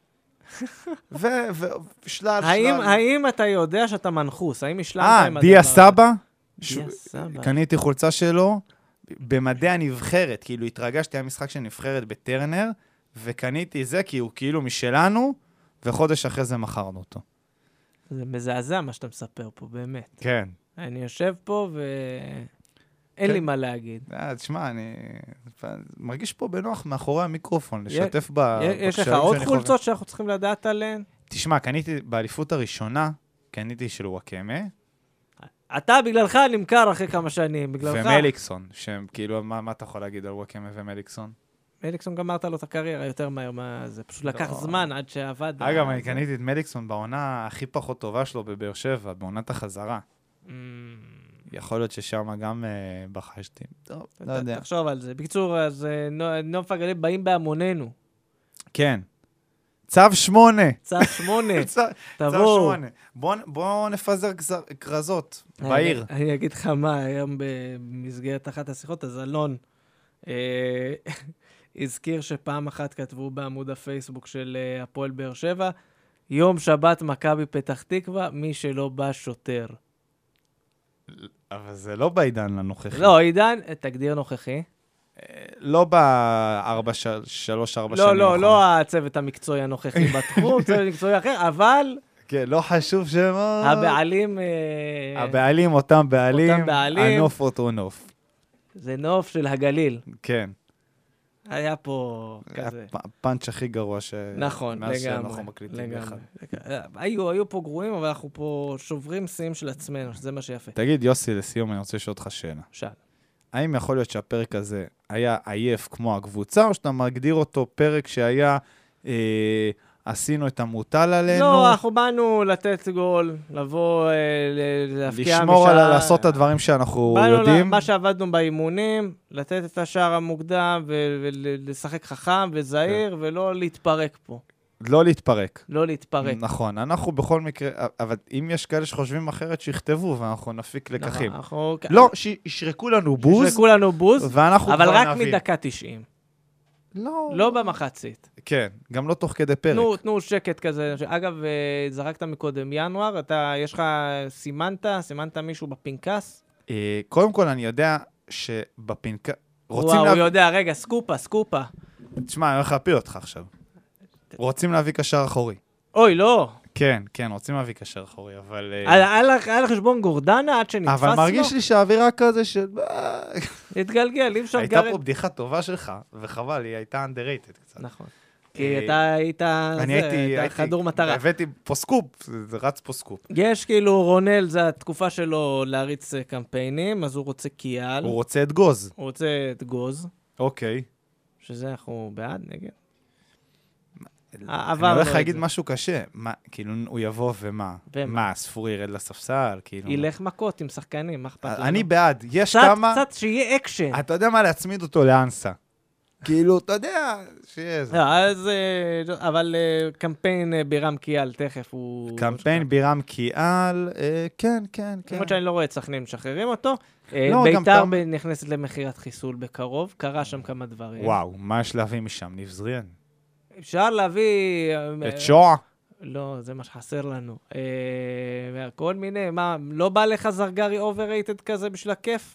ושלל. האם אתה יודע שאתה מנחוס? האם השלמת עם דיה סבא? קניתי חולצה שלו במדעי הנבחרת, כאילו התרגשתי על משחק של נבחרת בטרנר, וקניתי זה כי הוא כאילו משלנו, וחודש אחרי זה מכרנו אותו. זה מזעזע מה שאתה מספר פה, באמת. כן. אני יושב פה ואין לי מה להגיד. תשמע, אני מרגיש פה בנוח מאחורי המיקרופון, לשתף בקשרים. יש לך עוד חולצות שאנחנו צריכים לדעת עליהן? תשמע, קניתי באליפות הראשונה, קניתי של וואקמה. אתה בגללך נמכר אחרי כמה שנים, בגללך. ומליקסון, שהם כאילו, מה אתה יכול להגיד על וואקמה ומליקסון? מליקסון גמרת לו את הקריירה יותר מהר, זה פשוט לקח זמן עד שעבד. אגב, אני קניתי את מליקסון בעונה הכי פחות טובה שלו בבאר שבע, בעונת החזרה. יכול להיות ששם גם בחשתי. טוב, לא יודע. תחשוב על זה. בקיצור, אז נוף הגליל באים בהמוננו. כן. צו 8. צו 8. תבואו. בואו נפזר כרזות בעיר. אני אגיד לך מה, היום במסגרת אחת השיחות, אז אלון הזכיר שפעם אחת כתבו בעמוד הפייסבוק של הפועל באר שבע, יום שבת מכבי פתח תקווה, מי שלא בא שוטר. אבל זה לא בעידן הנוכחי. לא, עידן, תגדיר נוכחי. לא ב-3-4 שנים. לא הצוות המקצועי הנוכחי בתחום, צוות מקצועי אחר, אבל... כן, לא חשוב שמה... הבעלים, אותם בעלים, הנוף אותו נוף. זה נוף של הגליל. כן. היה פה כזה. הפאנץ' הכי גרוע נכון, מאז שאנחנו מקליטים ביחד. היו פה גרועים, אבל אנחנו פה שוברים שיאים של עצמנו, שזה מה שיפה. תגיד, יוסי, לסיום, אני רוצה לשאול אותך שאלה. שאל. האם יכול להיות שהפרק הזה היה עייף כמו הקבוצה, או שאתה מגדיר אותו פרק שהיה, עשינו את המוטל עלינו? לא, אנחנו באנו לתת גול, לבוא, להפקיע משעה. לשמור על לעשות את הדברים שאנחנו יודעים. באנו מה שעבדנו באימונים, לתת את השער המוקדם, ולשחק חכם וזהיר, ולא להתפרק פה. לא להתפרק. לא להתפרק. נכון, אנחנו בכל מקרה, אבל אם יש כאלה שחושבים אחרת, שיכתבו, ואנחנו נפיק לקחים. לא, שישרקו לנו בוז. ישרקו לנו בוז, ואנחנו אבל רק מדקה 90. לא. לא במחצית. כן, גם לא תוך כדי פרק. תנו שקט כזה. אגב, זרקת מקודם ינואר, יש לך סימנת מישהו בפנקס? קודם כל, אני יודע שבפנקס... הוא יודע, רגע, סקופה. תשמע, אני הולך להפיל אותך עכשיו. רוצים להביא קשר אחורי. אוי, לא. כן, רוצים להביא קשר אחורי, אבל... על חשבון גורדנה עד שנתפס לו? אבל מרגיש לי שהאווירה כזה של... התגלגל, אי אפשר הייתה פה בדיחה טובה שלך, וחבל, היא הייתה underrated קצת. נכון. כי אתה היית חדור מטרה. הבאתי פה סקופ, זה רץ פה סקופ. יש כאילו רונל, זו התקופה שלו להריץ קמפיינים, אז הוא רוצה קיאל. הוא רוצה את גוז. אוקיי. שזה אנחנו בעד, נגד. אני הולך להגיד משהו קשה. כאילו, הוא יבוא ומה? מה, ספורי ירד לספסל? ילך מכות עם שחקנים, מה אכפת לנו? אני בעד. יש כמה... קצת שיהיה אקשן. אתה יודע מה? להצמיד אותו לאנסה. כאילו, אתה יודע שיהיה זה. אז, אבל קמפיין בירם קיאל, תכף הוא... קמפיין בירם קיאל, כן. למרות שאני לא רואה את סכנין משחררים אותו. ביתר נכנסת למחירת חיסול בקרוב, קרה שם כמה דברים. וואו, מה יש להביא משם? ניב זריאן? אפשר להביא... את שואה? לא, זה מה שחסר לנו. כל מיני, מה, לא בא לך זרגרי אובררייטד כזה בשביל הכיף?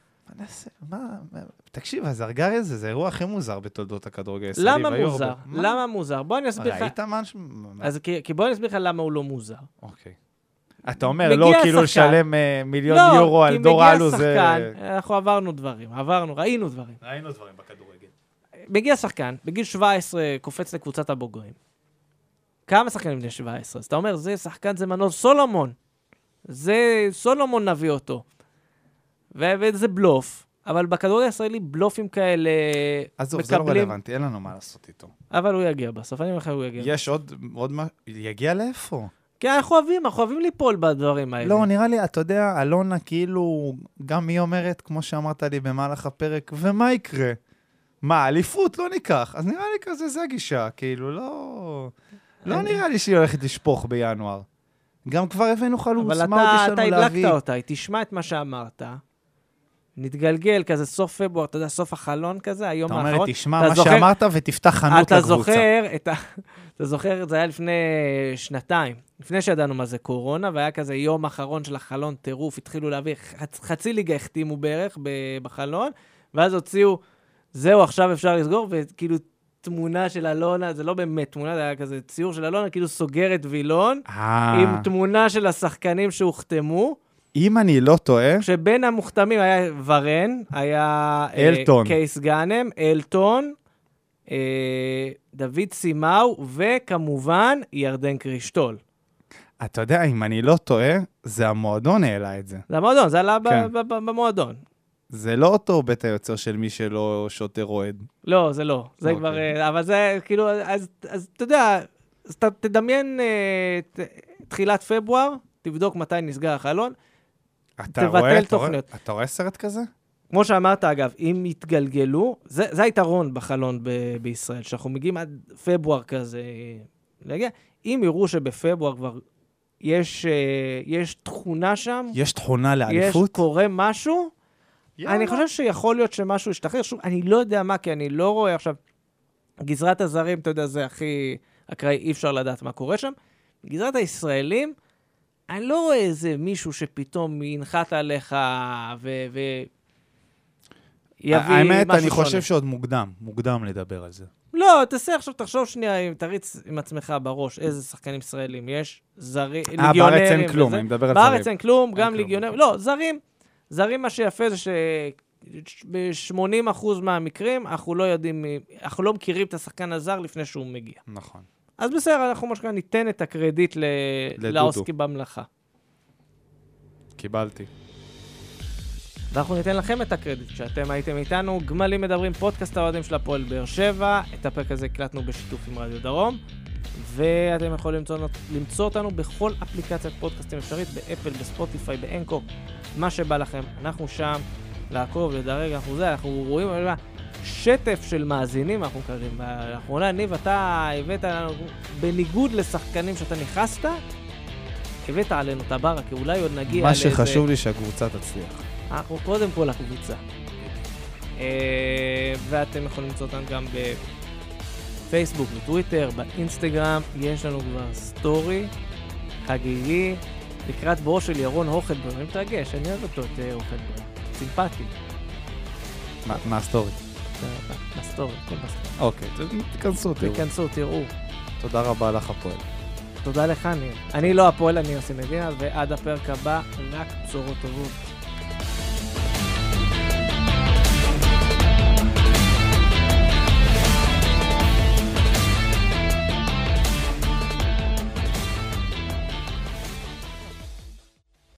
תקשיב, הזרגרי הזה, זה אירוע הכי מוזר בתולדות הכדורגל הישראלי. למה מוזר? למה מוזר? בוא אני אסביר לך. ראית משהו? כי בוא אני אסביר לך למה הוא לא מוזר. אוקיי. אתה אומר, לא כאילו לשלם מיליון יורו על דור אלו, זה... לא, כי מגיע שחקן, אנחנו עברנו דברים, ראינו דברים. ראינו דברים בכדורגל. מגיע שחקן, בגיל 17 קופץ לקבוצת הבוגרים. כמה שחקנים בני 17? אז אתה אומר, זה שחקן, זה מנור סולומון. זה סולומון נביא אותו. וזה בלוף. אבל בכדורגל הישראלי בלופים כאלה עזוב, זה לא רלוונטי, אין לנו מה לעשות איתו. אבל הוא יגיע בסוף, אני אומר לך, הוא יגיע. יש עוד מה... יגיע לאיפה? כי אנחנו אוהבים ליפול בדברים האלה. לא, נראה לי, אתה יודע, אלונה כאילו, גם היא אומרת, כמו שאמרת לי במהלך הפרק, ומה יקרה? מה, אליפות לא ניקח. אז נראה לי כזה, זה הגישה, כאילו, לא נראה לי שהיא הולכת לשפוך בינואר. גם כבר הבאנו חלוץ, מה עוד יש לנו להביא? אבל אתה הדלקת אותה, תשמע את מה שאמרת. נתגלגל כזה סוף פברואר, אתה יודע, סוף החלון כזה, היום האחרון. אתה אומר, תשמע מה שאמרת ותפתח חנות לקבוצה. אתה זוכר, זה היה לפני שנתיים, לפני שידענו מה זה קורונה, והיה כזה יום האחרון של החלון טירוף, התחילו להביא, חצי ליגה החתימו בערך בחלון, ואז הוציאו, זהו, עכשיו אפשר לסגור, וכאילו תמונה של אלונה, זה לא באמת תמונה, זה היה כזה ציור של אלונה, כאילו סוגרת וילון, עם תמונה של השחקנים שהוחתמו, אם אני לא טועה... שבין המוכתמים היה ורן, היה... אלטון. קייס גאנם, אלטון, דוד סימאו, וכמובן ירדן קרישטול. אתה יודע, אם אני לא טועה, זה המועדון העלה את זה. זה המועדון, זה עלה במועדון. זה לא אותו בית היוצר של מי שלא שוטר רועד. לא, זה לא. זה כבר... אבל זה כאילו... אז אתה יודע, אז אתה תדמיין תחילת פברואר, תבדוק מתי נסגר החלון, תבטל תוכניות. אתה רואה סרט כזה? כמו שאמרת, אגב, אם יתגלגלו, זה היתרון בחלון בישראל, שאנחנו מגיעים עד פברואר כזה, אם יראו שבפברואר כבר יש תכונה שם, יש תכונה לאליפות? יש קורה משהו, אני חושב שיכול להיות שמשהו ישתחרר, שוב, אני לא יודע מה, כי אני לא רואה עכשיו, גזרת הזרים, אתה יודע, זה הכי אקראי, אי אפשר לדעת מה קורה שם, גזרת הישראלים, אני לא רואה איזה מישהו שפתאום ינחת עליך ויביא משהו שונה. האמת, אני חושב שעוד מוקדם לדבר על זה. לא, תחשוב שנייה, תריץ עם עצמך בראש איזה שחקנים ישראלים יש, ליגיונרים. בארץ אין כלום, אני מדבר על זרים. בארץ אין כלום, גם ליגיונרים. לא, זרים מה שיפה זה ב-80% מהמקרים אנחנו לא מכירים את השחקן הזר לפני שהוא מגיע. נכון. אז בסדר, אנחנו משכן ניתן את הקרדיט לעוסקים במלאכה. קיבלתי. ואנחנו ניתן לכם את הקרדיט. כשאתם הייתם איתנו, גמלים מדברים, פודקאסט האוהדים של הפועל באר שבע. את הפרק הזה הקלטנו בשיתוף עם רדיו דרום. ואתם יכולים למצוא אותנו בכל אפליקציית פודקאסטים אפשרית, באפל, בספוטיפיי, באנקור, מה שבא לכם. אנחנו שם, לעקוב, לדרג, אנחנו רואים שטף של מאזינים, אנחנו קוראים. לאחרונה, ניב, אתה הבאת לנו, בניגוד לשחקנים שאתה נכנסת, הבאת עלינו את הברק, כי אולי עוד נגיע מה שחשוב לי שהקבוצה תצליח. אנחנו קודם כל הקבוצה. ואתם יכולים למצוא אותנו גם בפייסבוק, בטוויטר, באינסטגרם. יש לנו כבר סטורי חגיגי לקראת בואו של ירון הוכלברג. אני מתרגש, אני אוהב אותו את הוכלברג. סימפטי. מה הסטורי? בסטורי, כל בסטורי. אוקיי, תיכנסו, תראו. תודה רבה לך הפועל. תודה לך, ניר. אני לא הפועל, אני עושה מדינה, ועד הפרק הבא, רק בשורות טובות.